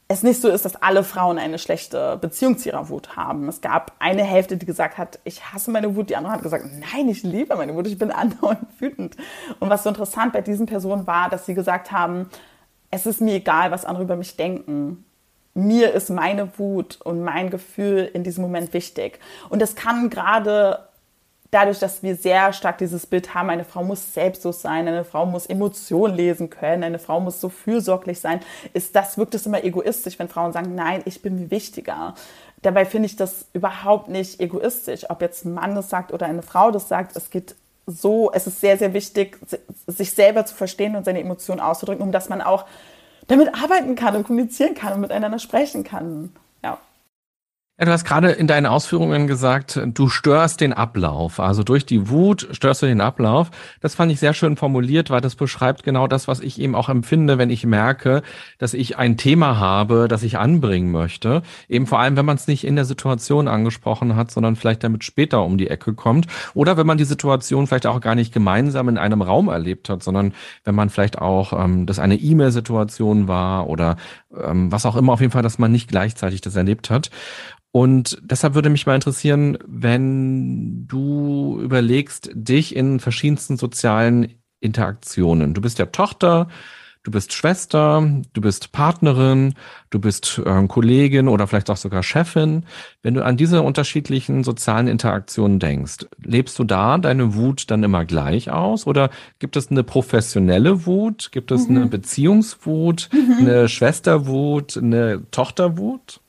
es nicht so ist, dass alle Frauen eine schlechte Beziehung zu ihrer Wut haben. Es gab eine Hälfte, die gesagt hat, ich hasse meine Wut. Die andere hat gesagt, nein, ich liebe meine Wut, ich bin andauernd wütend. Und was so interessant bei diesen Personen war, dass sie gesagt haben, es ist mir egal, was andere über mich denken. Mir ist meine Wut und mein Gefühl in diesem Moment wichtig. Und das kann gerade dadurch, dass wir sehr stark dieses Bild haben, eine Frau muss selbstlos sein, eine Frau muss Emotionen lesen können, eine Frau muss so fürsorglich sein, wirkt es immer egoistisch, wenn Frauen sagen, nein, ich bin mir wichtiger. Dabei finde ich das überhaupt nicht egoistisch, ob jetzt ein Mann das sagt oder eine Frau das sagt. Es ist sehr, sehr wichtig, sich selber zu verstehen und seine Emotionen auszudrücken, um dass man auch damit arbeiten kann und kommunizieren kann und miteinander sprechen kann. Ja. Ja, du hast gerade in deinen Ausführungen gesagt, du störst den Ablauf. Also durch die Wut störst du den Ablauf. Das fand ich sehr schön formuliert, weil das beschreibt genau das, was ich eben auch empfinde, wenn ich merke, dass ich ein Thema habe, das ich anbringen möchte. Eben vor allem, wenn man es nicht in der Situation angesprochen hat, sondern vielleicht damit später um die Ecke kommt. Oder wenn man die Situation vielleicht auch gar nicht gemeinsam in einem Raum erlebt hat, sondern wenn man vielleicht auch, das eine E-Mail-Situation war oder was auch immer, auf jeden Fall, dass man nicht gleichzeitig das erlebt hat. Und deshalb würde mich mal interessieren, wenn du überlegst, dich in verschiedensten sozialen Interaktionen. Du bist ja Tochter, du bist Schwester, du bist Partnerin, du bist Kollegin oder vielleicht auch sogar Chefin. Wenn du an diese unterschiedlichen sozialen Interaktionen denkst, lebst du da deine Wut dann immer gleich aus? Oder gibt es eine professionelle Wut? Gibt es eine Beziehungswut, eine Schwesterwut, eine Tochterwut?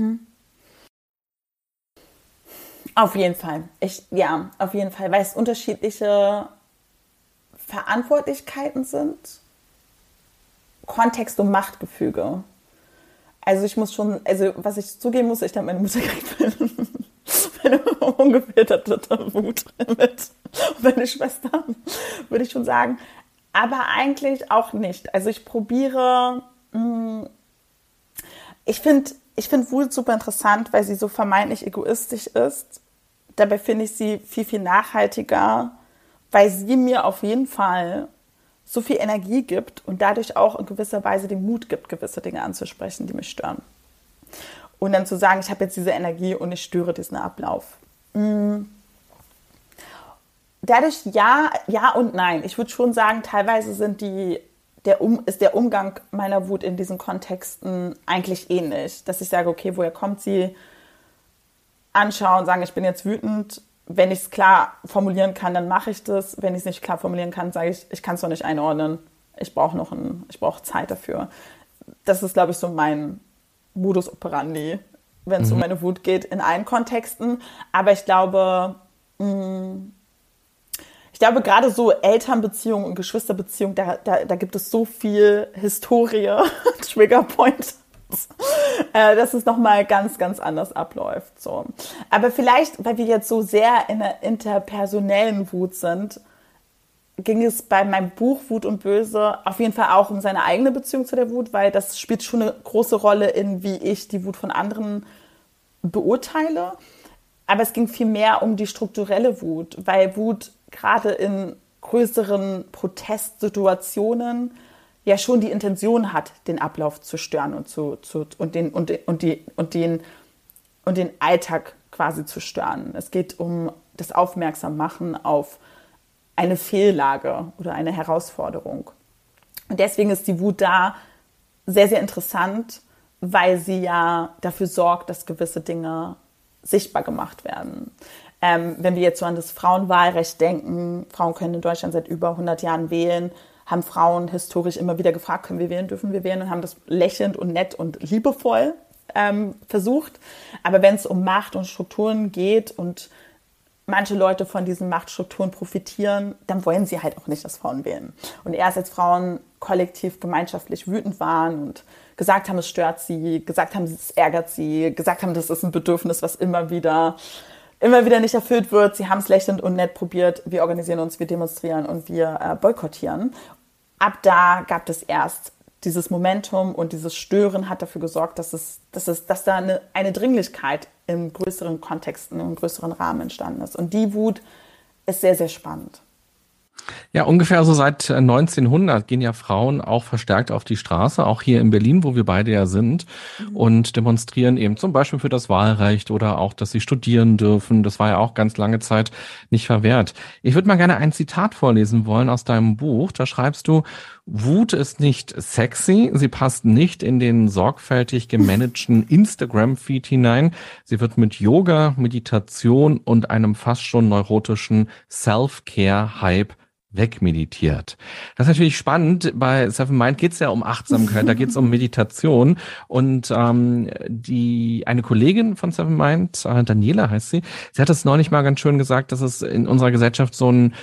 Auf jeden Fall. Auf jeden Fall, weil es unterschiedliche Verantwortlichkeiten sind, Kontext und Machtgefüge. Also was ich zugeben muss, ich glaube, meine Mutter kriegt meine ungefilterte Wut mit. Und meine Schwester, würde ich schon sagen. Aber eigentlich auch nicht. Also ich probiere, ich finde Wut super interessant, weil sie so vermeintlich egoistisch ist. Dabei finde ich sie viel, viel nachhaltiger, weil sie mir auf jeden Fall so viel Energie gibt und dadurch auch in gewisser Weise den Mut gibt, gewisse Dinge anzusprechen, die mich stören. Und dann zu sagen, ich habe jetzt diese Energie und ich störe diesen Ablauf. Dadurch ja und nein. Ich würde schon sagen, teilweise ist der Umgang meiner Wut in diesen Kontexten eigentlich ähnlich. Dass ich sage, okay, woher kommt sie? Anschauen, sagen, ich bin jetzt wütend. Wenn ich es klar formulieren kann, dann mache ich das. Wenn ich es nicht klar formulieren kann, sage ich kann es noch nicht einordnen. Ich brauche Zeit dafür. Das ist, glaube ich, so mein Modus operandi, wenn es um meine Wut geht, in allen Kontexten. Aber ich glaube, gerade so Elternbeziehungen und Geschwisterbeziehungen, da gibt es so viel Historie, Triggerpoint, dass es nochmal ganz, ganz anders abläuft. So. Aber vielleicht, weil wir jetzt so sehr in der interpersonellen Wut sind, ging es bei meinem Buch Wut und Böse auf jeden Fall auch um seine eigene Beziehung zu der Wut, weil das spielt schon eine große Rolle in, wie ich die Wut von anderen beurteile. Aber es ging viel mehr um die strukturelle Wut, weil Wut gerade in größeren Protestsituationen ja schon die Intention hat, den Ablauf zu stören und den Alltag quasi zu stören. Es geht um das Aufmerksammachen auf eine Fehllage oder eine Herausforderung. Und deswegen ist die Wut da sehr, sehr interessant, weil sie ja dafür sorgt, dass gewisse Dinge sichtbar gemacht werden. Wenn wir jetzt so an das Frauenwahlrecht denken, Frauen können in Deutschland seit über 100 Jahren wählen, haben Frauen historisch immer wieder gefragt, können wir wählen, dürfen wir wählen, und haben das lächelnd und nett und liebevoll versucht. Aber wenn es um Macht und Strukturen geht und manche Leute von diesen Machtstrukturen profitieren, dann wollen sie halt auch nicht, dass Frauen wählen. Und erst als Frauen kollektiv, gemeinschaftlich wütend waren und gesagt haben, es stört sie, gesagt haben, es ärgert sie, gesagt haben, das ist ein Bedürfnis, was immer wieder nicht erfüllt wird. Sie haben es lächelnd und nett probiert. Wir organisieren uns, wir demonstrieren und wir boykottieren. Ab da gab es erst dieses Momentum, und dieses Stören hat dafür gesorgt, dass da eine Dringlichkeit in größeren Kontexten, im größeren Rahmen entstanden ist. Und die Wut ist sehr, sehr spannend. Ja, ungefähr so seit 1900 gehen ja Frauen auch verstärkt auf die Straße, auch hier in Berlin, wo wir beide ja sind, Mhm. und demonstrieren eben zum Beispiel für das Wahlrecht oder auch, dass sie studieren dürfen. Das war ja auch ganz lange Zeit nicht verwehrt. Ich würde mal gerne ein Zitat vorlesen wollen aus deinem Buch. Da schreibst du: Wut ist nicht sexy, sie passt nicht in den sorgfältig gemanagten Instagram-Feed hinein. Sie wird mit Yoga, Meditation und einem fast schon neurotischen Self-Care-Hype wegmeditiert. Das ist natürlich spannend. Bei Seven Mind geht es ja um Achtsamkeit, da geht es um Meditation. Und eine Kollegin von Seven Mind, Daniela heißt sie hat es neulich mal ganz schön gesagt, dass es in unserer Gesellschaft so ein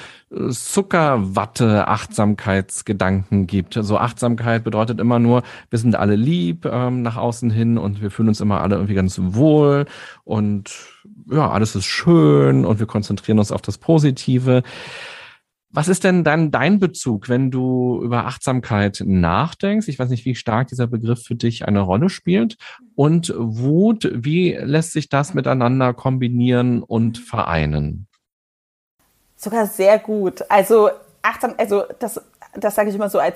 Zuckerwatte-Achtsamkeitsgedanken gibt. So Achtsamkeit bedeutet immer nur, wir sind alle lieb nach außen hin und wir fühlen uns immer alle irgendwie ganz wohl und ja, alles ist schön und wir konzentrieren uns auf das Positive. Was ist denn dann dein Bezug, wenn du über Achtsamkeit nachdenkst? Ich weiß nicht, wie stark dieser Begriff für dich eine Rolle spielt. Und Wut, wie lässt sich das miteinander kombinieren und vereinen? Sogar sehr gut. Also achtsam, also das sage ich immer so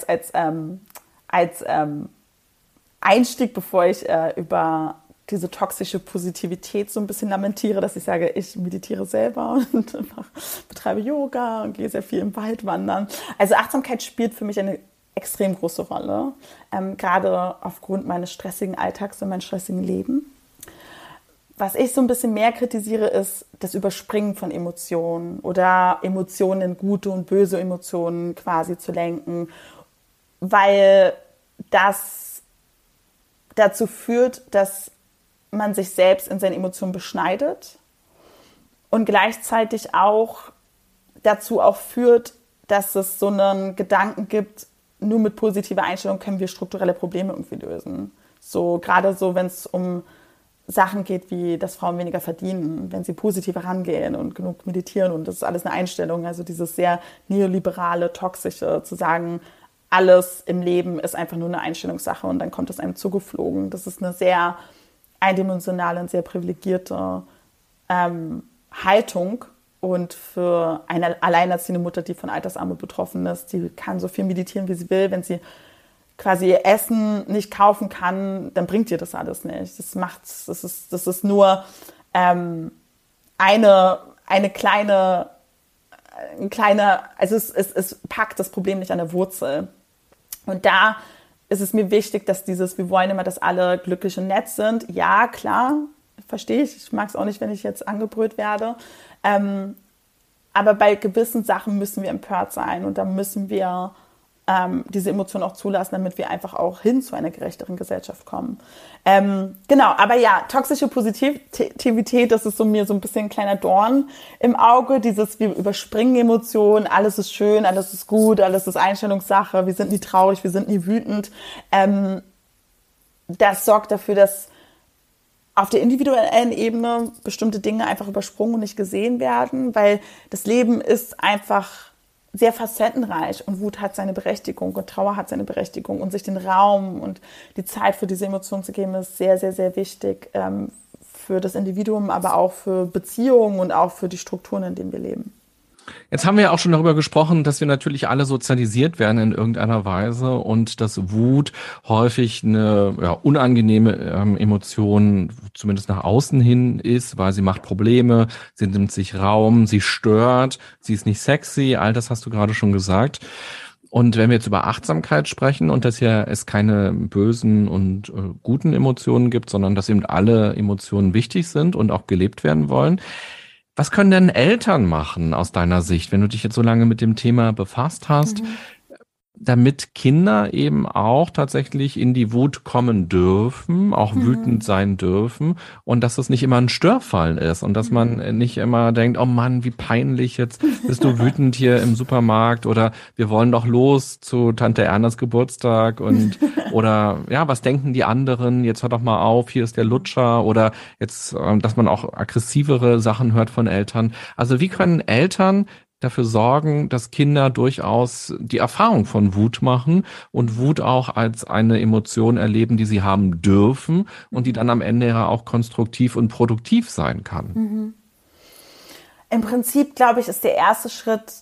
als Einstieg, bevor ich über diese toxische Positivität so ein bisschen lamentiere, dass ich sage, ich meditiere selber und einfach betreibe Yoga und gehe sehr viel im Wald wandern. Also Achtsamkeit spielt für mich eine extrem große Rolle, gerade aufgrund meines stressigen Alltags und meines stressigen Lebens. Was ich so ein bisschen mehr kritisiere, ist das Überspringen von Emotionen oder Emotionen in gute und böse Emotionen quasi zu lenken, weil das dazu führt, dass man sich selbst in seinen Emotionen beschneidet und gleichzeitig auch dazu auch führt, dass es so einen Gedanken gibt, nur mit positiver Einstellung können wir strukturelle Probleme irgendwie lösen. So gerade so, wenn es um Sachen geht, wie dass Frauen weniger verdienen, wenn sie positiv herangehen und genug meditieren und das ist alles eine Einstellung, also dieses sehr neoliberale, toxische, zu sagen, alles im Leben ist einfach nur eine Einstellungssache und dann kommt es einem zugeflogen. Das ist eine sehr eindimensionale und sehr privilegierte Haltung. Und für eine alleinerziehende Mutter, die von Altersarmut betroffen ist, die kann so viel meditieren, wie sie will. Wenn sie quasi ihr Essen nicht kaufen kann, dann bringt ihr das alles nicht. Das ist nur eine kleine, also es packt das Problem nicht an der Wurzel. Und da ist es mir wichtig, dass wir wollen immer, dass alle glücklich und nett sind. Ja, klar, verstehe ich. Ich mag es auch nicht, wenn ich jetzt angebrüllt werde. Aber bei gewissen Sachen müssen wir empört sein und da müssen wir diese Emotionen auch zulassen, damit wir einfach auch hin zu einer gerechteren Gesellschaft kommen. Genau, aber ja, toxische Positivität, das ist mir so ein bisschen ein kleiner Dorn im Auge, wir überspringen Emotionen, alles ist schön, alles ist gut, alles ist Einstellungssache, wir sind nie traurig, wir sind nie wütend. Das sorgt dafür, dass auf der individuellen Ebene bestimmte Dinge einfach übersprungen und nicht gesehen werden, weil das Leben ist einfach sehr facettenreich und Wut hat seine Berechtigung und Trauer hat seine Berechtigung und sich den Raum und die Zeit für diese Emotionen zu geben, ist sehr, sehr, sehr wichtig für das Individuum, aber auch für Beziehungen und auch für die Strukturen, in denen wir leben. Jetzt haben wir ja auch schon darüber gesprochen, dass wir natürlich alle sozialisiert werden in irgendeiner Weise und dass Wut häufig eine unangenehme Emotion zumindest nach außen hin ist, weil sie macht Probleme, sie nimmt sich Raum, sie stört, sie ist nicht sexy, all das hast du gerade schon gesagt. Und wenn wir jetzt über Achtsamkeit sprechen und dass ja es keine bösen und guten Emotionen gibt, sondern dass eben alle Emotionen wichtig sind und auch gelebt werden wollen, was können denn Eltern machen aus deiner Sicht, wenn du dich jetzt so lange mit dem Thema befasst hast, damit Kinder eben auch tatsächlich in die Wut kommen dürfen, auch wütend sein dürfen und dass das nicht immer ein Störfall ist und dass man nicht immer denkt, oh Mann, wie peinlich, jetzt bist du wütend hier im Supermarkt oder wir wollen doch los zu Tante Ernas Geburtstag und oder ja, was denken die anderen, jetzt hör doch mal auf, hier ist der Lutscher oder jetzt, dass man auch aggressivere Sachen hört von Eltern. Also wie können Eltern dafür sorgen, dass Kinder durchaus die Erfahrung von Wut machen und Wut auch als eine Emotion erleben, die sie haben dürfen und die dann am Ende ja auch konstruktiv und produktiv sein kann. Im Prinzip, glaube ich, ist der erste Schritt,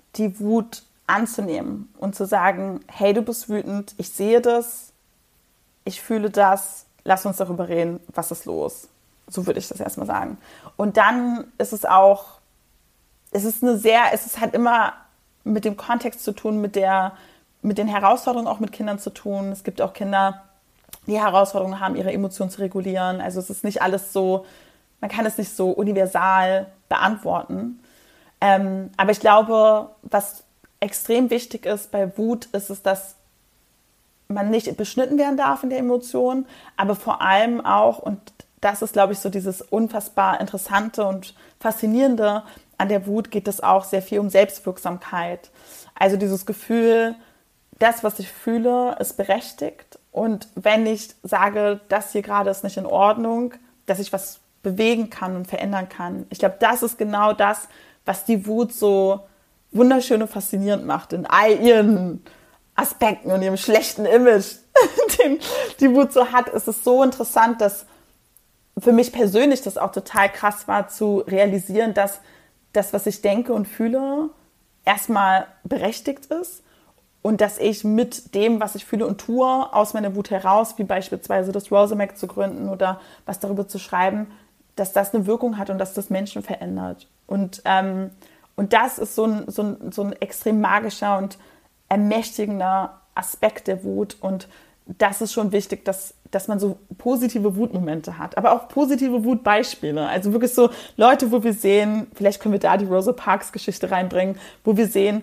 die Wut anzunehmen und zu sagen, hey, du bist wütend, ich sehe das, ich fühle das, lass uns darüber reden, was ist los? So würde ich das erstmal sagen. Und dann ist es auch, es ist halt immer mit dem Kontext zu tun, mit den Herausforderungen auch mit Kindern zu tun. Es gibt auch Kinder, die Herausforderungen haben, ihre Emotionen zu regulieren. Also es ist nicht alles so, man kann es nicht so universal beantworten. Aber ich glaube, was extrem wichtig ist bei Wut, ist es, dass man nicht beschnitten werden darf in der Emotion, aber vor allem auch, und das ist, glaube ich, so dieses unfassbar Interessante und Faszinierende an der Wut, geht es auch sehr viel um Selbstwirksamkeit. Also dieses Gefühl, das, was ich fühle, ist berechtigt. Und wenn ich sage, das hier gerade ist nicht in Ordnung, dass ich was bewegen kann und verändern kann. Ich glaube, das ist genau das, was die Wut so wunderschön und faszinierend macht in all ihren Aspekten und ihrem schlechten Image, den die Wut so hat. Es ist so interessant, dass für mich persönlich das auch total krass war, zu realisieren, dass das, was ich denke und fühle, erstmal berechtigt ist und dass ich mit dem, was ich fühle und tue, aus meiner Wut heraus, wie beispielsweise das Rosamac zu gründen oder was darüber zu schreiben, dass das eine Wirkung hat und dass das Menschen verändert. Und das ist so ein extrem magischer und ermächtigender Aspekt der Wut. Und das ist schon wichtig, dass man so positive Wutmomente hat, aber auch positive Wutbeispiele. Also wirklich so Leute, wo wir sehen, vielleicht können wir da die Rosa Parks Geschichte reinbringen, wo wir sehen,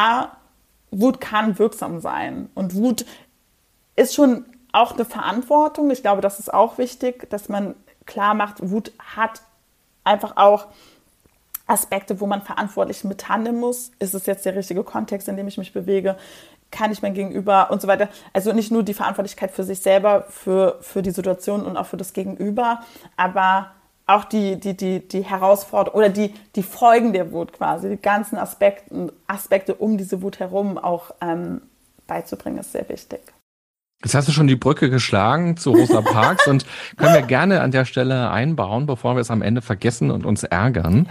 Wut kann wirksam sein. Und Wut ist schon auch eine Verantwortung. Ich glaube, das ist auch wichtig, dass man klar macht, Wut hat einfach auch Aspekte, wo man verantwortlich mit handeln muss. Ist es jetzt der richtige Kontext, in dem ich mich bewege? Kann ich mein Gegenüber und so weiter? Also nicht nur die Verantwortlichkeit für sich selber, für die Situation und auch für das Gegenüber, aber auch die Herausforderung oder die Folgen der Wut quasi, die ganzen Aspekte um diese Wut herum auch beizubringen, ist sehr wichtig. Jetzt hast du schon die Brücke geschlagen zu Rosa Parks und können wir gerne an der Stelle einbauen, bevor wir es am Ende vergessen und uns ärgern.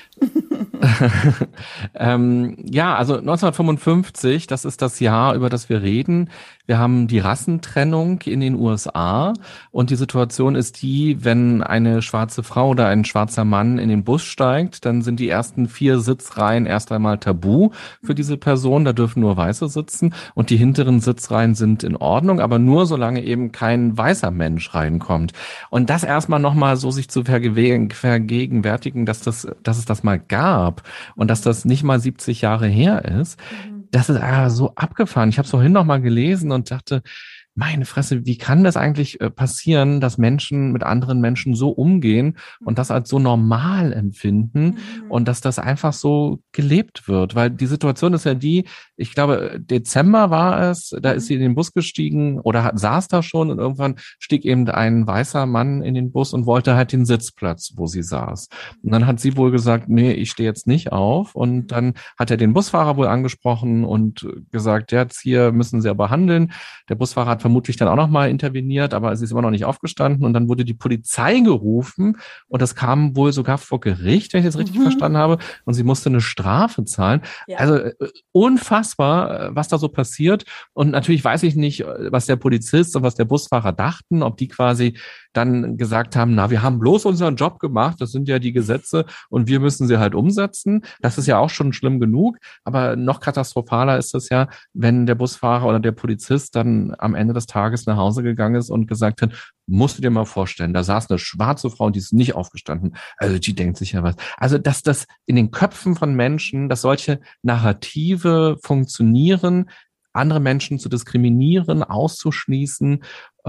Also 1955, das ist das Jahr, über das wir reden. Wir haben die Rassentrennung in den USA und die Situation ist die, wenn eine schwarze Frau oder ein schwarzer Mann in den Bus steigt, dann sind die ersten 4 Sitzreihen erst einmal tabu für diese Person, da dürfen nur Weiße sitzen und die hinteren Sitzreihen sind in Ordnung, aber nur solange eben kein weißer Mensch reinkommt. Und das erstmal nochmal so sich zu vergegenwärtigen, dass es das mal gab und dass das nicht mal 70 Jahre her ist, das ist so abgefahren. Ich habe es vorhin noch mal gelesen und dachte, meine Fresse, wie kann das eigentlich passieren, dass Menschen mit anderen Menschen so umgehen und das als so normal empfinden und dass das einfach so gelebt wird? Weil die Situation ist ja die, ich glaube, Dezember war es, da ist sie in den Bus gestiegen oder saß da schon und irgendwann stieg eben ein weißer Mann in den Bus und wollte halt den Sitzplatz, wo sie saß. Und dann hat sie wohl gesagt, nee, ich stehe jetzt nicht auf. Und dann hat er den Busfahrer wohl angesprochen und gesagt, jetzt hier müssen Sie aber handeln. Der Busfahrer hat vermutlich dann auch noch mal interveniert, aber sie ist immer noch nicht aufgestanden und dann wurde die Polizei gerufen und das kam wohl sogar vor Gericht, wenn ich das richtig verstanden habe, und sie musste eine Strafe zahlen. Ja. Also unfassbar, was da so passiert, und natürlich weiß ich nicht, was der Polizist und was der Busfahrer dachten, ob die quasi dann gesagt haben, na, wir haben bloß unseren Job gemacht, das sind ja die Gesetze und wir müssen sie halt umsetzen. Das ist ja auch schon schlimm genug, aber noch katastrophaler ist es ja, wenn der Busfahrer oder der Polizist dann am Ende des Tages nach Hause gegangen ist und gesagt hat, musst du dir mal vorstellen, da saß eine schwarze Frau und die ist nicht aufgestanden. Also die denkt sich ja was. Also dass das in den Köpfen von Menschen, dass solche Narrative funktionieren, andere Menschen zu diskriminieren, auszuschließen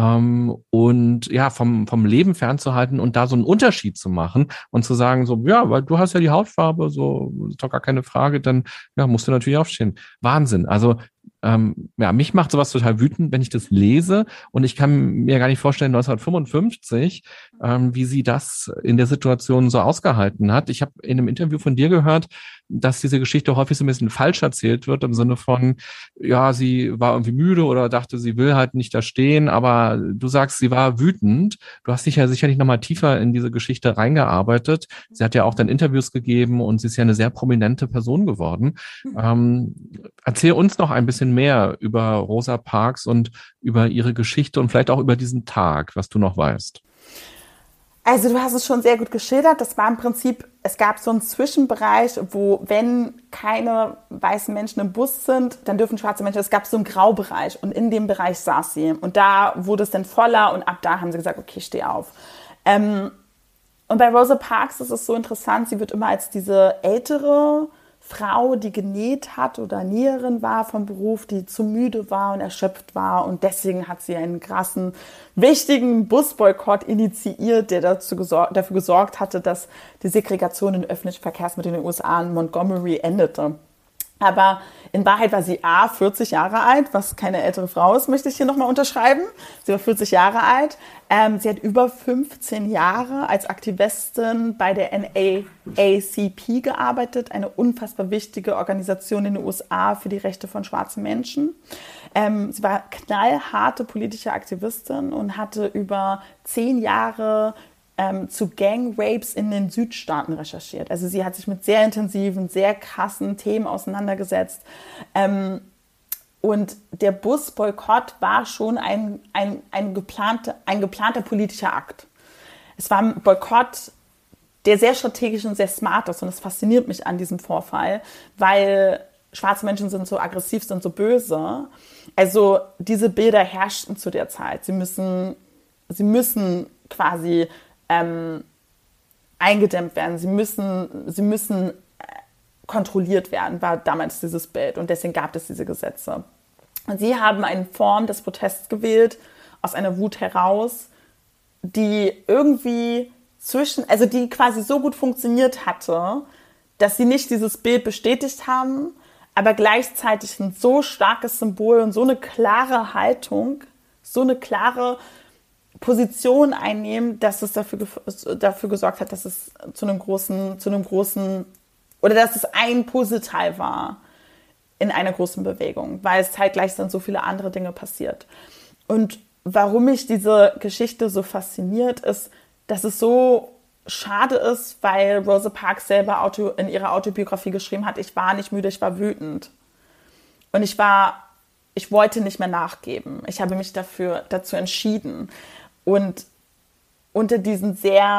und ja, vom Leben fernzuhalten und da so einen Unterschied zu machen und zu sagen so, ja, weil du hast ja die Hautfarbe, so ist doch gar keine Frage, dann ja, musst du natürlich aufstehen. Wahnsinn. Also mich macht sowas total wütend, wenn ich das lese. Und ich kann mir gar nicht vorstellen, 1955, wie sie das in der Situation so ausgehalten hat. Ich habe in einem Interview von dir gehört, dass diese Geschichte häufig so ein bisschen falsch erzählt wird, im Sinne von, ja, sie war irgendwie müde oder dachte, sie will halt nicht da stehen. Aber du sagst, sie war wütend. Du hast dich ja sicherlich nochmal tiefer in diese Geschichte reingearbeitet. Sie hat ja auch dann Interviews gegeben und sie ist ja eine sehr prominente Person geworden. Erzähl uns noch ein bisschen mehr über Rosa Parks und über ihre Geschichte und vielleicht auch über diesen Tag, was du noch weißt. Also du hast es schon sehr gut geschildert. Das war im Prinzip, es gab so einen Zwischenbereich, wo, wenn keine weißen Menschen im Bus sind, dann dürfen schwarze Menschen, es gab so einen Graubereich und in dem Bereich saß sie. Und da wurde es dann voller und ab da haben sie gesagt, okay, steh auf. Und bei Rosa Parks ist es so interessant, sie wird immer als diese ältere Frau, die genäht hat oder Näherin war vom Beruf, die zu müde war und erschöpft war. Und deswegen hat sie einen krassen, wichtigen Busboykott initiiert, der dafür gesorgt hatte, dass die Segregation in öffentlichen Verkehrsmitteln in den USA in Montgomery endete. Aber in Wahrheit war sie 40 Jahre alt, was keine ältere Frau ist, möchte ich hier nochmal unterschreiben. Sie war 40 Jahre alt. Sie hat über 15 Jahre als Aktivistin bei der NAACP gearbeitet, eine unfassbar wichtige Organisation in den USA für die Rechte von schwarzen Menschen. Sie war knallharte politische Aktivistin und hatte über 10 Jahre zu Gang-Rapes in den Südstaaten recherchiert. Also sie hat sich mit sehr intensiven, sehr krassen Themen auseinandergesetzt. Und der Busboykott war schon ein geplanter politischer Akt. Es war ein Boykott, der sehr strategisch und sehr smart ist. Und das fasziniert mich an diesem Vorfall, weil schwarze Menschen sind so aggressiv, sind so böse. Also diese Bilder herrschten zu der Zeit. Sie müssen quasi eingedämmt werden. Sie müssen kontrolliert werden, war damals dieses Bild. Und deswegen gab es diese Gesetze. Und sie haben eine Form des Protests gewählt, aus einer Wut heraus, die irgendwie die quasi so gut funktioniert hatte, dass sie nicht dieses Bild bestätigt haben, aber gleichzeitig ein so starkes Symbol und so eine klare Haltung, so eine klare Position einnehmen, dass es dafür gesorgt hat, dass es zu einem großen, oder dass es ein Puzzleteil war in einer großen Bewegung, weil es zeitgleich dann so viele andere Dinge passiert. Und warum mich diese Geschichte so fasziniert, ist, dass es so schade ist, weil Rosa Parks selber in ihrer Autobiografie geschrieben hat, ich war nicht müde, ich war wütend. Und ich wollte nicht mehr nachgeben. Ich habe mich dazu entschieden. Und unter diesen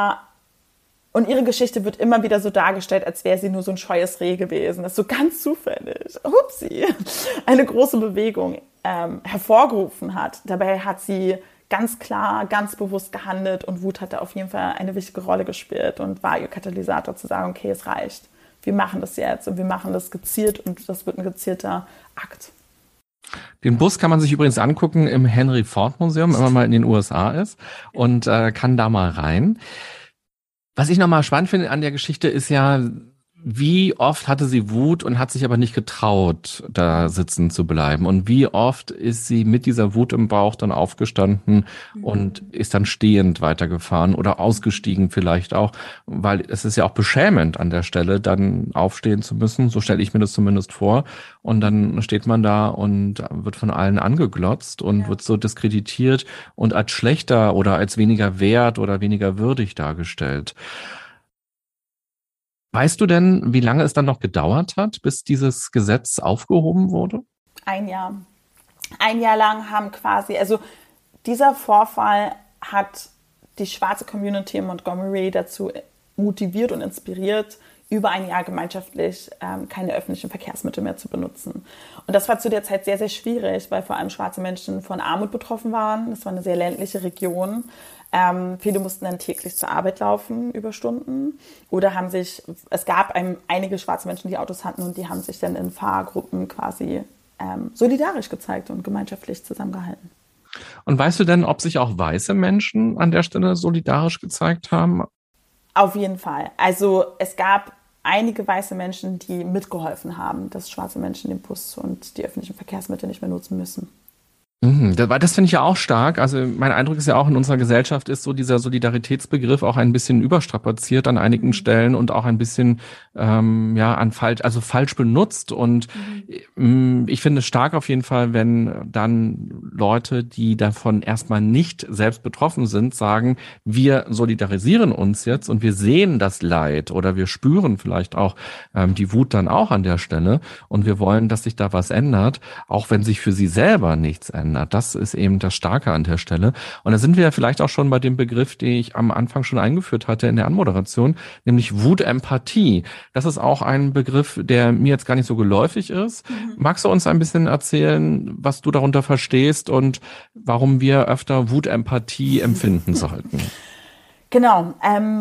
und ihre Geschichte wird immer wieder so dargestellt, als wäre sie nur so ein scheues Reh gewesen. Das ist so ganz zufällig, hupsi, eine große Bewegung hervorgerufen hat. Dabei hat sie ganz klar, ganz bewusst gehandelt und Wut hat da auf jeden Fall eine wichtige Rolle gespielt und war ihr Katalysator zu sagen, okay, es reicht. Wir machen das jetzt und wir machen das gezielt und das wird ein gezielter Akt. Den Bus kann man sich übrigens angucken im Henry Ford Museum, wenn man mal in den USA ist und kann da mal rein. Was ich nochmal spannend finde an der Geschichte ist ja, wie oft hatte sie Wut und hat sich aber nicht getraut, da sitzen zu bleiben? Und wie oft ist sie mit dieser Wut im Bauch dann aufgestanden und ist dann stehend weitergefahren oder ausgestiegen vielleicht auch? Weil es ist ja auch beschämend an der Stelle, dann aufstehen zu müssen. So stelle ich mir das zumindest vor. Und dann steht man da und wird von allen angeglotzt und wird so diskreditiert und als schlechter oder als weniger wert oder weniger würdig dargestellt. Weißt du denn, wie lange es dann noch gedauert hat, bis dieses Gesetz aufgehoben wurde? 1 Jahr. 1 Jahr lang also dieser Vorfall hat die schwarze Community in Montgomery dazu motiviert und inspiriert, über 1 Jahr gemeinschaftlich keine öffentlichen Verkehrsmittel mehr zu benutzen. Und das war zu der Zeit sehr, sehr schwierig, weil vor allem schwarze Menschen von Armut betroffen waren. Das war eine sehr ländliche Region. Viele mussten dann täglich zur Arbeit laufen über Stunden oder es gab einige schwarze Menschen, die Autos hatten und die haben sich dann in Fahrgruppen quasi solidarisch gezeigt und gemeinschaftlich zusammengehalten. Und weißt du denn, ob sich auch weiße Menschen an der Stelle solidarisch gezeigt haben? Auf jeden Fall. Also es gab einige weiße Menschen, die mitgeholfen haben, dass schwarze Menschen den Bus und die öffentlichen Verkehrsmittel nicht mehr nutzen müssen. Das finde ich ja auch stark. Also mein Eindruck ist ja auch, in unserer Gesellschaft ist so dieser Solidaritätsbegriff auch ein bisschen überstrapaziert an einigen Stellen und auch ein bisschen falsch benutzt. Und ich finde es stark auf jeden Fall, wenn dann Leute, die davon erstmal nicht selbst betroffen sind, sagen, wir solidarisieren uns jetzt und wir sehen das Leid oder wir spüren vielleicht auch die Wut dann auch an der Stelle und wir wollen, dass sich da was ändert, auch wenn sich für sie selber nichts ändert. Das ist eben das Starke an der Stelle. Und da sind wir ja vielleicht auch schon bei dem Begriff, den ich am Anfang schon eingeführt hatte in der Anmoderation, nämlich Wutempathie. Das ist auch ein Begriff, der mir jetzt gar nicht so geläufig ist. Magst du uns ein bisschen erzählen, was du darunter verstehst und warum wir öfter Wutempathie empfinden sollten? Genau.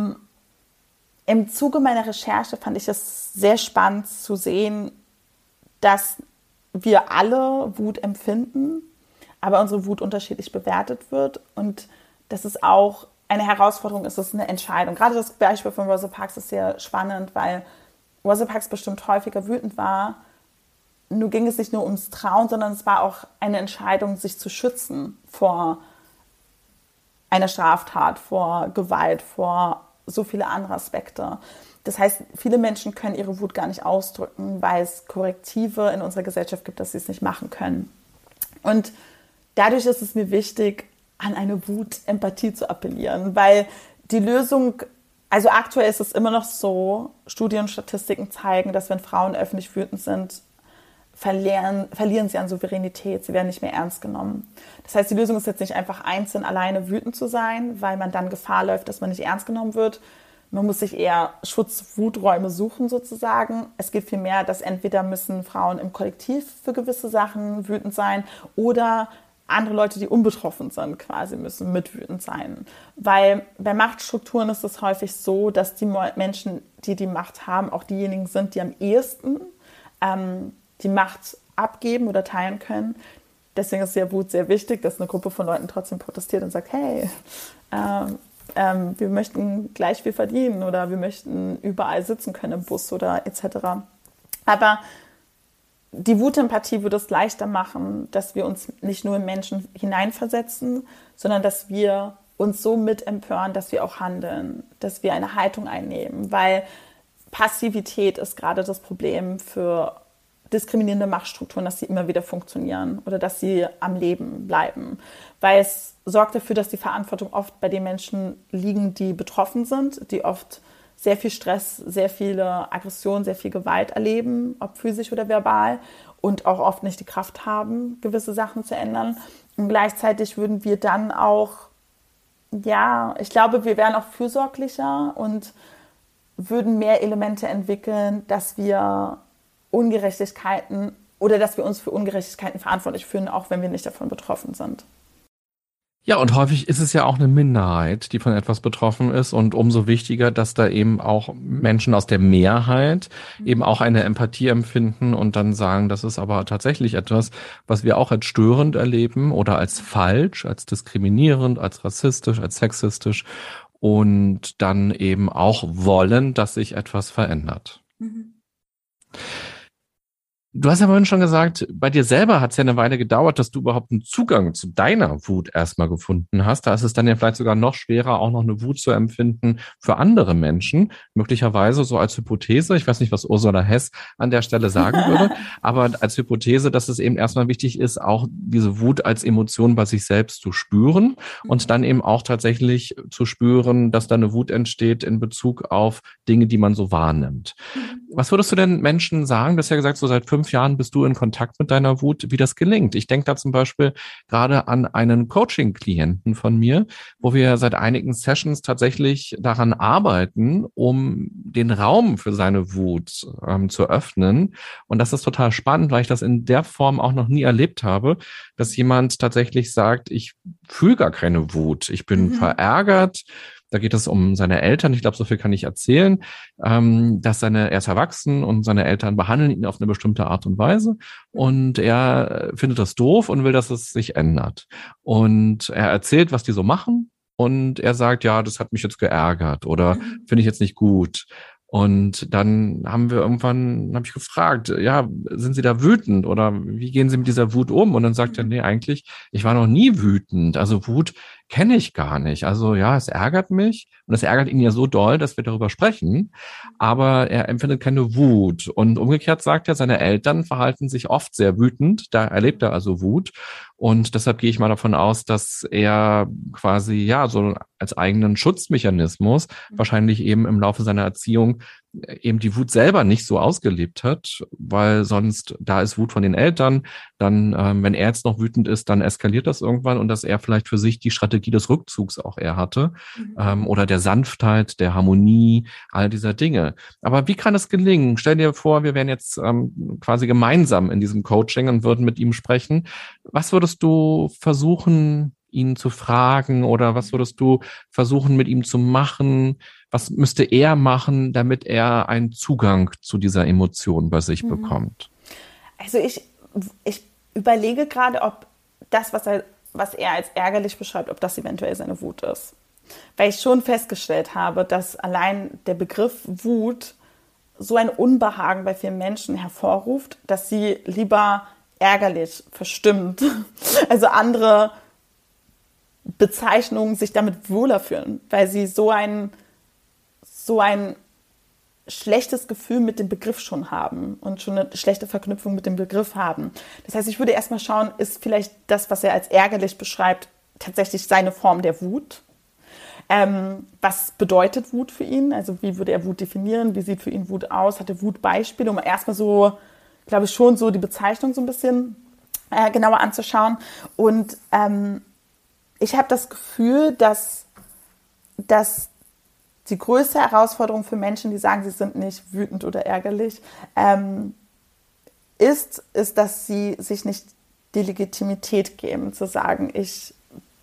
Im Zuge meiner Recherche fand ich es sehr spannend zu sehen, dass wir alle Wut empfinden, aber unsere Wut unterschiedlich bewertet wird und dass es auch eine Herausforderung ist, es ist eine Entscheidung. Gerade das Beispiel von Rosa Parks ist sehr spannend, weil Rosa Parks bestimmt häufiger wütend war. Nur ging es nicht nur ums Trauen, sondern es war auch eine Entscheidung, sich zu schützen vor einer Straftat, vor Gewalt, vor so viele andere Aspekte. Das heißt, viele Menschen können ihre Wut gar nicht ausdrücken, weil es Korrektive in unserer Gesellschaft gibt, dass sie es nicht machen können. Und dadurch ist es mir wichtig, an eine Wut-Empathie zu appellieren, weil die Lösung, also aktuell ist es immer noch so, Studien und Statistiken zeigen, dass wenn Frauen öffentlich wütend sind, verlieren sie an Souveränität, sie werden nicht mehr ernst genommen. Das heißt, die Lösung ist jetzt nicht einfach einzeln alleine wütend zu sein, weil man dann Gefahr läuft, dass man nicht ernst genommen wird. Man muss sich eher Schutz-Wuträume suchen sozusagen. Es geht vielmehr, dass entweder müssen Frauen im Kollektiv für gewisse Sachen wütend sein oder andere Leute, die unbetroffen sind, quasi müssen mitwütend sein. Weil bei Machtstrukturen ist es häufig so, dass die Menschen, die die Macht haben, auch diejenigen sind, die am ehesten die Macht abgeben oder teilen können. Deswegen ist Wut sehr wichtig, dass eine Gruppe von Leuten trotzdem protestiert und sagt, hey, wir möchten gleich viel verdienen oder wir möchten überall sitzen können im Bus oder etc. Aber die Wutempathie würde es leichter machen, dass wir uns nicht nur in Menschen hineinversetzen, sondern dass wir uns so mitempören, dass wir auch handeln, dass wir eine Haltung einnehmen. Weil Passivität ist gerade das Problem für diskriminierende Machtstrukturen, dass sie immer wieder funktionieren oder dass sie am Leben bleiben. Weil es sorgt dafür, dass die Verantwortung oft bei den Menschen liegen, die betroffen sind, die oft sehr viel Stress, sehr viele Aggression, sehr viel Gewalt erleben, ob physisch oder verbal und auch oft nicht die Kraft haben, gewisse Sachen zu ändern. Und gleichzeitig würden wir dann auch, ich glaube, wir wären auch fürsorglicher und würden mehr Elemente entwickeln, dass wir Ungerechtigkeiten oder dass wir uns für Ungerechtigkeiten verantwortlich fühlen, auch wenn wir nicht davon betroffen sind. Ja, und häufig ist es ja auch eine Minderheit, die von etwas betroffen ist und umso wichtiger, dass da eben auch Menschen aus der Mehrheit eben auch eine Empathie empfinden und dann sagen, das ist aber tatsächlich etwas, was wir auch als störend erleben oder als falsch, als diskriminierend, als rassistisch, als sexistisch und dann eben auch wollen, dass sich etwas verändert. Du hast ja vorhin schon gesagt, bei dir selber hat es ja eine Weile gedauert, dass du überhaupt einen Zugang zu deiner Wut erstmal gefunden hast. Da ist es dann ja vielleicht sogar noch schwerer, auch noch eine Wut zu empfinden für andere Menschen. Möglicherweise so als Hypothese, ich weiß nicht, was Ursula Hess an der Stelle sagen würde, aber als Hypothese, dass es eben erstmal wichtig ist, auch diese Wut als Emotion bei sich selbst zu spüren und dann eben auch tatsächlich zu spüren, dass da eine Wut entsteht in Bezug auf Dinge, die man so wahrnimmt. Was würdest du denn Menschen sagen? Du hast ja gesagt, so seit 5 Jahren bist du in Kontakt mit deiner Wut, wie das gelingt. Ich denke da zum Beispiel gerade an einen Coaching-Klienten von mir, wo wir seit einigen Sessions tatsächlich daran arbeiten, um den Raum für seine Wut zu öffnen. Und das ist total spannend, weil ich das in der Form auch noch nie erlebt habe, dass jemand tatsächlich sagt, ich fühle gar keine Wut, ich bin verärgert. Da geht es um seine Eltern. Ich glaube, so viel kann ich erzählen, er ist erwachsen und seine Eltern behandeln ihn auf eine bestimmte Art und Weise und er findet das doof und will, dass es sich ändert. Und er erzählt, was die so machen und er sagt, ja, das hat mich jetzt geärgert oder finde ich jetzt nicht gut. Und dann habe ich gefragt, ja, sind Sie da wütend oder wie gehen Sie mit dieser Wut um? Und dann sagt er, nee, eigentlich, ich war noch nie wütend. Also Wut kenne ich gar nicht. Also ja, es ärgert mich und es ärgert ihn ja so doll, dass wir darüber sprechen, aber er empfindet keine Wut. Und umgekehrt sagt er, seine Eltern verhalten sich oft sehr wütend, da erlebt er also Wut. Und deshalb gehe ich mal davon aus, dass er quasi, ja, so als eigenen Schutzmechanismus wahrscheinlich eben im Laufe seiner Erziehung eben die Wut selber nicht so ausgelebt hat, weil sonst, da ist Wut von den Eltern, dann, wenn er jetzt noch wütend ist, dann eskaliert das irgendwann und dass er vielleicht für sich die Strategie des Rückzugs auch eher hatte, oder der Sanftheit, der Harmonie, all dieser Dinge. Aber wie kann es gelingen? Stell dir vor, wir wären jetzt quasi gemeinsam in diesem Coaching und würden mit ihm sprechen. Was würdest du versuchen, ihn zu fragen oder was würdest du versuchen, mit ihm zu machen? Was müsste er machen, damit er einen Zugang zu dieser Emotion bei sich bekommt? Also ich überlege gerade, ob das, was er als ärgerlich beschreibt, ob das eventuell seine Wut ist. Weil ich schon festgestellt habe, dass allein der Begriff Wut so ein Unbehagen bei vielen Menschen hervorruft, dass sie lieber ärgerlich, verstimmt, also andere Bezeichnungen sich damit wohler fühlen, weil sie so ein schlechtes Gefühl mit dem Begriff schon haben und schon eine schlechte Verknüpfung mit dem Begriff haben. Das heißt, ich würde erstmal schauen, ist vielleicht das, was er als ärgerlich beschreibt, tatsächlich seine Form der Wut? Was bedeutet Wut für ihn? Also wie würde er Wut definieren? Wie sieht für ihn Wut aus? Hat er Wutbeispiele? Um erstmal so, glaube ich, schon so die Bezeichnung so ein bisschen genauer anzuschauen. Und ich habe das Gefühl, dass die größte Herausforderung für Menschen, die sagen, sie sind nicht wütend oder ärgerlich, ist, dass sie sich nicht die Legitimität geben, zu sagen, ich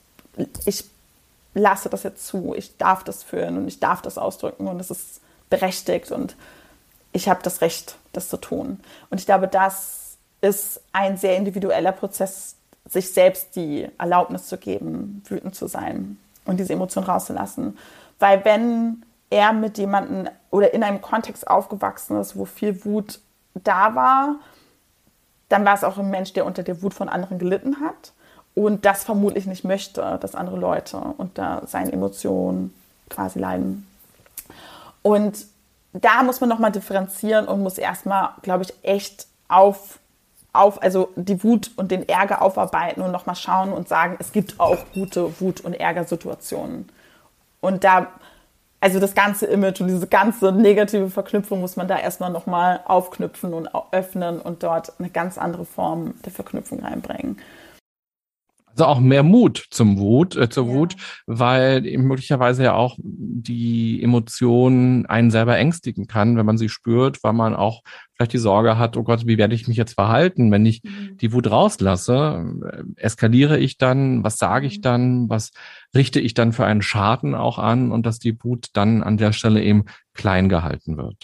lasse das jetzt zu, ich darf das fühlen und ich darf das ausdrücken und es ist berechtigt und ich habe das Recht, das zu tun. Und ich glaube, das ist ein sehr individueller Prozess, sich selbst die Erlaubnis zu geben, wütend zu sein und diese Emotion rauszulassen. Weil wenn er mit jemandem oder in einem Kontext aufgewachsen ist, wo viel Wut da war, dann war es auch ein Mensch, der unter der Wut von anderen gelitten hat und das vermutlich nicht möchte, dass andere Leute unter seinen Emotionen quasi leiden. Und da muss man nochmal differenzieren und muss erstmal, glaube ich, echt also die Wut und den Ärger aufarbeiten und nochmal schauen und sagen, es gibt auch gute Wut- und Ärgersituationen. Und da, also das ganze Image und diese ganze negative Verknüpfung muss man da erstmal nochmal aufknüpfen und öffnen und dort eine ganz andere Form der Verknüpfung reinbringen. Also auch mehr Mut zur Wut, weil eben möglicherweise ja auch die Emotion einen selber ängstigen kann, wenn man sie spürt, weil man auch vielleicht die Sorge hat, oh Gott, wie werde ich mich jetzt verhalten, wenn ich die Wut rauslasse? Eskaliere ich dann? Was sage ich dann? Was richte ich dann für einen Schaden auch an? Und dass die Wut dann an der Stelle eben klein gehalten wird.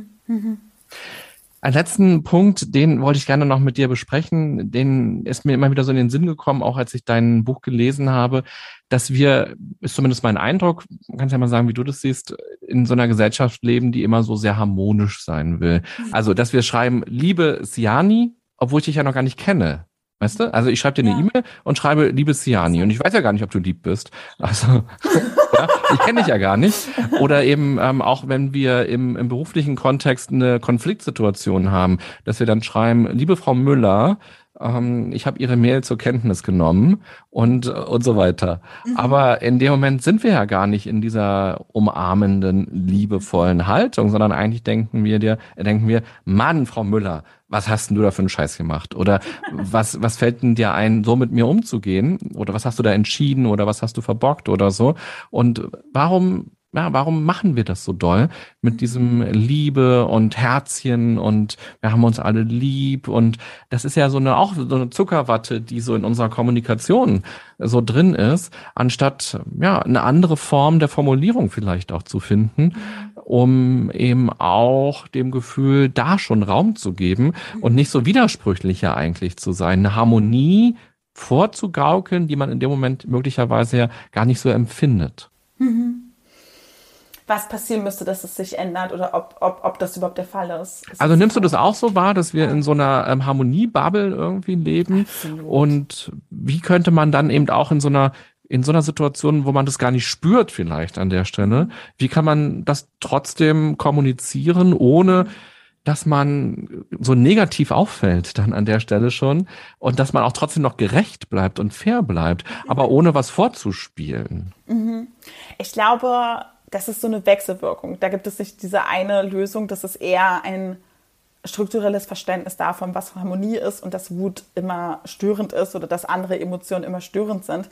Einen letzten Punkt, den wollte ich gerne noch mit dir besprechen. Den ist mir immer wieder so in den Sinn gekommen, auch als ich dein Buch gelesen habe, dass wir, ist zumindest mein Eindruck, kannst ja mal sagen, wie du das siehst, in so einer Gesellschaft leben, die immer so sehr harmonisch sein will. Also, dass wir schreiben, liebe Siani, obwohl ich dich ja noch gar nicht kenne. Weißt du? Also ich schreibe dir eine E-Mail und schreibe, liebe Siani. Und ich weiß ja gar nicht, ob du lieb bist. Also ja, ich kenne dich ja gar nicht. Oder eben auch, wenn wir im beruflichen Kontext eine Konfliktsituation haben, dass wir dann schreiben, liebe Frau Müller, ich habe Ihre Mail zur Kenntnis genommen und so weiter. Aber in dem Moment sind wir ja gar nicht in dieser umarmenden, liebevollen Haltung, sondern eigentlich denken wir, Mann, Frau Müller, was hast denn du da für einen Scheiß gemacht? Oder was fällt denn dir ein, so mit mir umzugehen? Oder was hast du da entschieden? Oder was hast du verbockt oder so? Und warum machen wir das so doll mit diesem Liebe und Herzchen und wir haben uns alle lieb und das ist ja auch so eine Zuckerwatte, die so in unserer Kommunikation so drin ist, anstatt eine andere Form der Formulierung vielleicht auch zu finden, um eben auch dem Gefühl da schon Raum zu geben und nicht so widersprüchlicher eigentlich zu sein, eine Harmonie vorzugaukeln, die man in dem Moment möglicherweise ja gar nicht so empfindet. was passieren müsste, dass es sich ändert oder ob das überhaupt der Fall ist. Also nimmst du das auch so wahr, dass wir in so einer Harmoniebubble irgendwie leben? Absolut. Und wie könnte man dann eben auch in so einer Situation, wo man das gar nicht spürt vielleicht an der Stelle, wie kann man das trotzdem kommunizieren, ohne dass man so negativ auffällt dann an der Stelle schon und dass man auch trotzdem noch gerecht bleibt und fair bleibt, aber ohne was vorzuspielen? Ich glaube, das ist so eine Wechselwirkung. Da gibt es nicht diese eine Lösung, das ist eher ein strukturelles Verständnis davon, was Harmonie ist und dass Wut immer störend ist oder dass andere Emotionen immer störend sind.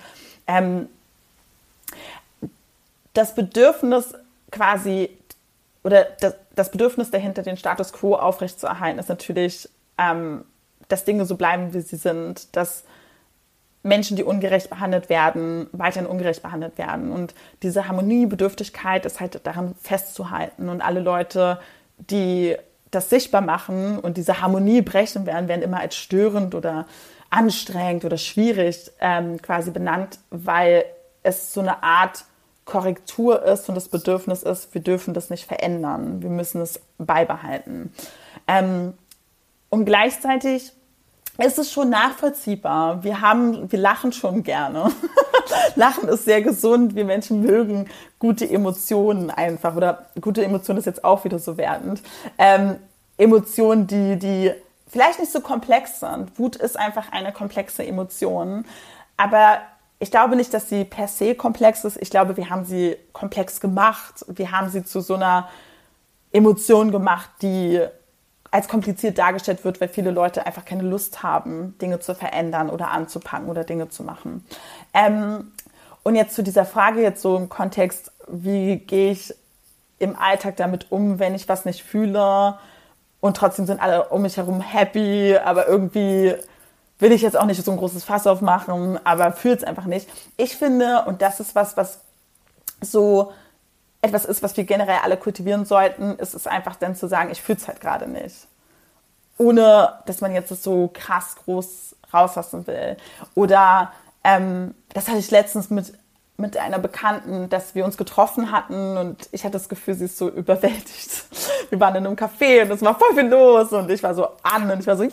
Das Bedürfnis quasi oder das Bedürfnis dahinter, den Status quo aufrechtzuerhalten, ist natürlich, dass Dinge so bleiben, wie sie sind, dass Menschen, die ungerecht behandelt werden, weiterhin ungerecht behandelt werden. Und diese Harmoniebedürftigkeit ist halt daran festzuhalten. Und alle Leute, die das sichtbar machen und diese Harmonie brechen werden immer als störend oder anstrengend oder schwierig quasi benannt, weil es so eine Art Korrektur ist und das Bedürfnis ist, wir dürfen das nicht verändern, wir müssen es beibehalten. Und gleichzeitig ist es schon nachvollziehbar. Wir lachen schon gerne. Lachen ist sehr gesund. Wir Menschen mögen gute Emotionen einfach. Oder gute Emotionen ist jetzt auch wieder so wertend. Emotionen, die vielleicht nicht so komplex sind. Wut ist einfach eine komplexe Emotion. Aber ich glaube nicht, dass sie per se komplex ist. Ich glaube, wir haben sie komplex gemacht. Wir haben sie zu so einer Emotion gemacht, die als kompliziert dargestellt wird, weil viele Leute einfach keine Lust haben, Dinge zu verändern oder anzupacken oder Dinge zu machen. Und jetzt zu dieser Frage jetzt so im Kontext, wie gehe ich im Alltag damit um, wenn ich was nicht fühle und trotzdem sind alle um mich herum happy, aber irgendwie will ich jetzt auch nicht so ein großes Fass aufmachen, aber fühle es einfach nicht. Ich finde, und das ist was so etwas ist, was wir generell alle kultivieren sollten, ist es einfach dann zu sagen, ich fühle es halt gerade nicht. Ohne, dass man jetzt das so krass groß rauslassen will. Oder das hatte ich letztens mit einer Bekannten, dass wir uns getroffen hatten und ich hatte das Gefühl, sie ist so überwältigt. Wir waren in einem Café und es war voll viel los und ich war so an und ich war so, ja,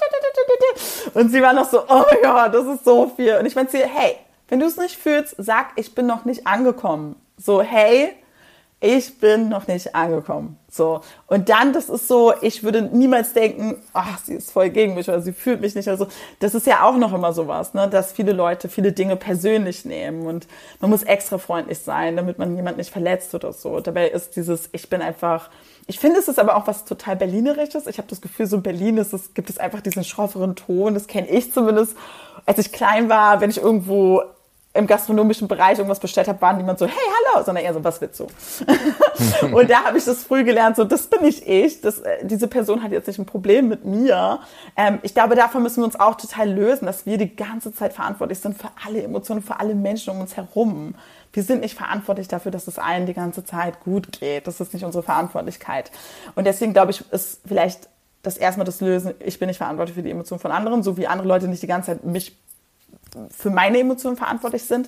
und sie war noch so, oh mein Gott, das ist so viel. Und ich meinte zu ihr, hey, wenn du es nicht fühlst, sag, ich bin noch nicht angekommen. So, hey, ich bin noch nicht angekommen. So. Und dann, das ist so, ich würde niemals denken, ach, sie ist voll gegen mich oder sie fühlt mich nicht. Also, das ist ja auch noch immer sowas, ne, dass viele Leute viele Dinge persönlich nehmen und man muss extra freundlich sein, damit man jemanden nicht verletzt oder so. Dabei ist dieses, ich finde, es ist aber auch was total Berlinerisches. Ich habe das Gefühl, so in Berlin gibt es einfach diesen schrofferen Ton. Das kenne ich zumindest. Als ich klein war, wenn ich irgendwo im gastronomischen Bereich irgendwas bestellt habe, waren niemand so, hey, hallo, sondern eher so, was willst du? Und da habe ich das früh gelernt, so, das bin nicht ich. Diese Person hat jetzt nicht ein Problem mit mir. Ich glaube, davon müssen wir uns auch total lösen, dass wir die ganze Zeit verantwortlich sind für alle Emotionen, für alle Menschen um uns herum. Wir sind nicht verantwortlich dafür, dass es allen die ganze Zeit gut geht. Das ist nicht unsere Verantwortlichkeit. Und deswegen, glaube ich, ist vielleicht das erstmal das Lösen, ich bin nicht verantwortlich für die Emotionen von anderen, so wie andere Leute nicht die ganze Zeit für meine Emotionen verantwortlich sind.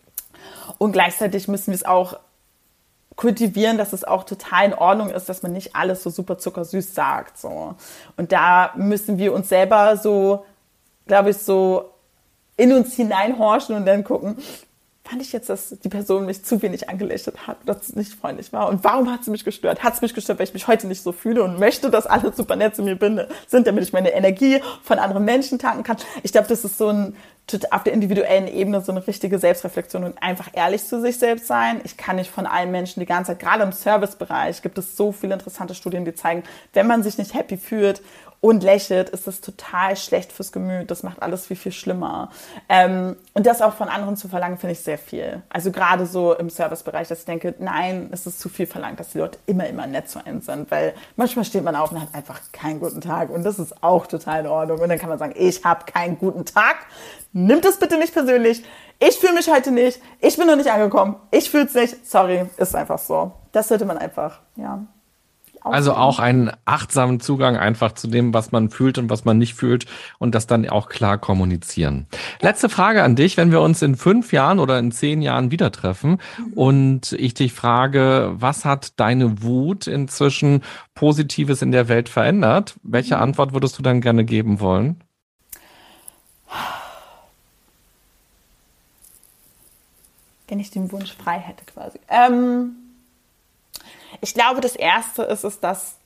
Und gleichzeitig müssen wir es auch kultivieren, dass es auch total in Ordnung ist, dass man nicht alles so super zuckersüß sagt. So. Und da müssen wir uns selber so, glaube ich, so in uns hineinhorchen und dann gucken, fand ich jetzt, dass die Person mich zu wenig angelächelt hat, dass es nicht freundlich war? Und warum hat sie mich gestört? Hat es mich gestört, weil ich mich heute nicht so fühle und möchte, dass alle super nett zu mir sind, damit ich meine Energie von anderen Menschen tanken kann? Ich glaube, das ist so auf der individuellen Ebene so eine richtige Selbstreflexion und einfach ehrlich zu sich selbst sein. Ich kann nicht von allen Menschen die ganze Zeit, gerade im Servicebereich gibt es so viele interessante Studien, die zeigen, wenn man sich nicht happy fühlt und lächelt, ist das total schlecht fürs Gemüt. Das macht alles viel, viel schlimmer. Und das auch von anderen zu verlangen, finde ich sehr viel. Also gerade so im Servicebereich, dass ich denke, nein, es ist zu viel verlangt, dass die Leute immer nett zu einem sind. Weil manchmal steht man auf und hat einfach keinen guten Tag. Und das ist auch total in Ordnung. Und dann kann man sagen, ich habe keinen guten Tag. Nimmt es bitte nicht persönlich. Ich fühle mich heute nicht. Ich bin noch nicht angekommen. Ich fühle es nicht. Sorry, ist einfach so. Das sollte man einfach, ja, Also auch einen achtsamen Zugang einfach zu dem, was man fühlt und was man nicht fühlt und das dann auch klar kommunizieren. Ja. Letzte Frage an dich, wenn wir uns in 5 Jahren oder in 10 Jahren wieder treffen und ich dich frage, was hat deine Wut inzwischen Positives in der Welt verändert? Welche Antwort würdest du dann gerne geben wollen? Wenn ich den Wunsch frei hätte quasi. Ich glaube, das Erste ist, dass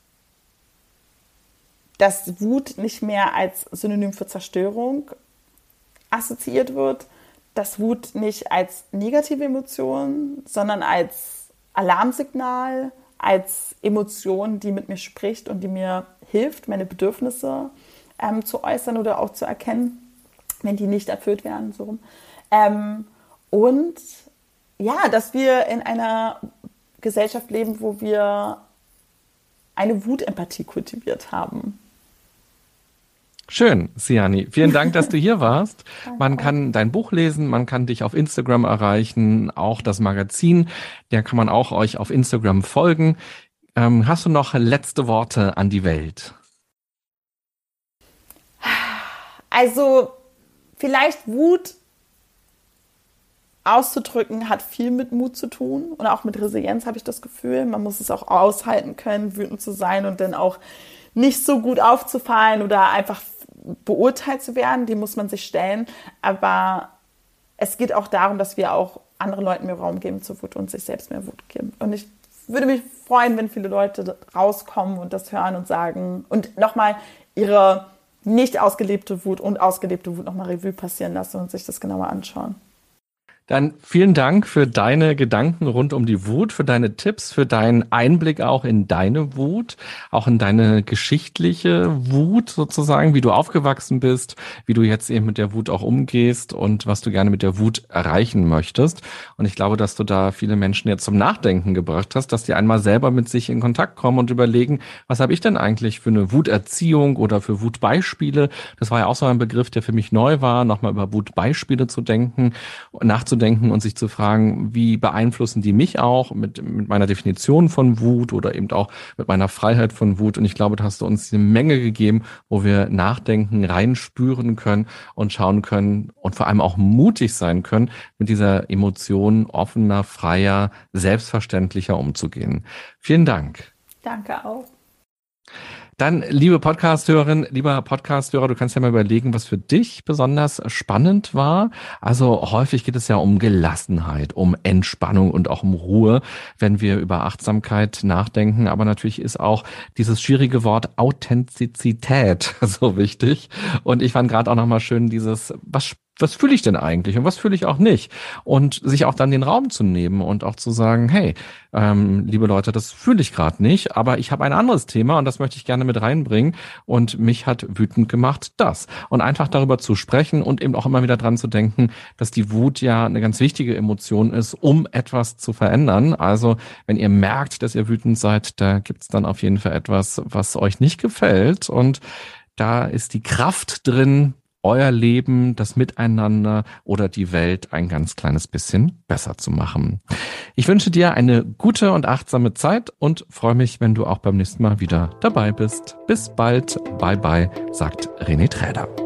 Wut nicht mehr als Synonym für Zerstörung assoziiert wird, dass Wut nicht als negative Emotion, sondern als Alarmsignal, als Emotion, die mit mir spricht und die mir hilft, meine Bedürfnisse zu äußern oder auch zu erkennen, wenn die nicht erfüllt werden. So rum. Und ja, dass wir in einer Gesellschaft leben, wo wir eine Wutempathie kultiviert haben. Schön, Siani. Vielen Dank, dass du hier warst. Man kann dein Buch lesen, man kann dich auf Instagram erreichen, auch das Magazin. Der kann man auch euch auf Instagram folgen. Hast du noch letzte Worte an die Welt? Also vielleicht Wut auszudrücken hat viel mit Mut zu tun und auch mit Resilienz, habe ich das Gefühl. Man muss es auch aushalten können, wütend zu sein und dann auch nicht so gut aufzufallen oder einfach beurteilt zu werden. Die muss man sich stellen. Aber es geht auch darum, dass wir auch anderen Leuten mehr Raum geben zur Wut und sich selbst mehr Wut geben. Und ich würde mich freuen, wenn viele Leute rauskommen und das hören und sagen und nochmal ihre nicht ausgelebte Wut und ausgelebte Wut nochmal Revue passieren lassen und sich das genauer anschauen. Dann vielen Dank für deine Gedanken rund um die Wut, für deine Tipps, für deinen Einblick auch in deine Wut, auch in deine geschichtliche Wut sozusagen, wie du aufgewachsen bist, wie du jetzt eben mit der Wut auch umgehst und was du gerne mit der Wut erreichen möchtest. Und ich glaube, dass du da viele Menschen jetzt zum Nachdenken gebracht hast, dass die einmal selber mit sich in Kontakt kommen und überlegen, was habe ich denn eigentlich für eine Wuterziehung oder für Wutbeispiele? Das war ja auch so ein Begriff, der für mich neu war, nochmal über Wutbeispiele zu denken, nachzudenken und sich zu fragen, wie beeinflussen die mich auch mit meiner Definition von Wut oder eben auch mit meiner Freiheit von Wut. Und ich glaube, da hast du uns eine Menge gegeben, wo wir nachdenken, reinspüren können und schauen können und vor allem auch mutig sein können, mit dieser Emotion offener, freier, selbstverständlicher umzugehen. Vielen Dank. Danke auch. Dann, liebe Podcast-Hörerin, lieber Podcast-Hörer, du kannst ja mal überlegen, was für dich besonders spannend war. Also häufig geht es ja um Gelassenheit, um Entspannung und auch um Ruhe, wenn wir über Achtsamkeit nachdenken. Aber natürlich ist auch dieses schwierige Wort Authentizität so wichtig. Und ich fand gerade auch nochmal schön dieses, was fühle ich denn eigentlich und was fühle ich auch nicht? Und sich auch dann den Raum zu nehmen und auch zu sagen, hey, liebe Leute, das fühle ich gerade nicht, aber ich habe ein anderes Thema und das möchte ich gerne mit reinbringen und mich hat wütend gemacht das. Und einfach darüber zu sprechen und eben auch immer wieder dran zu denken, dass die Wut ja eine ganz wichtige Emotion ist, um etwas zu verändern. Also wenn ihr merkt, dass ihr wütend seid, da gibt's dann auf jeden Fall etwas, was euch nicht gefällt und da ist die Kraft drin, euer Leben, das Miteinander oder die Welt ein ganz kleines bisschen besser zu machen. Ich wünsche dir eine gute und achtsame Zeit und freue mich, wenn du auch beim nächsten Mal wieder dabei bist. Bis bald. Bye bye, sagt René Träder.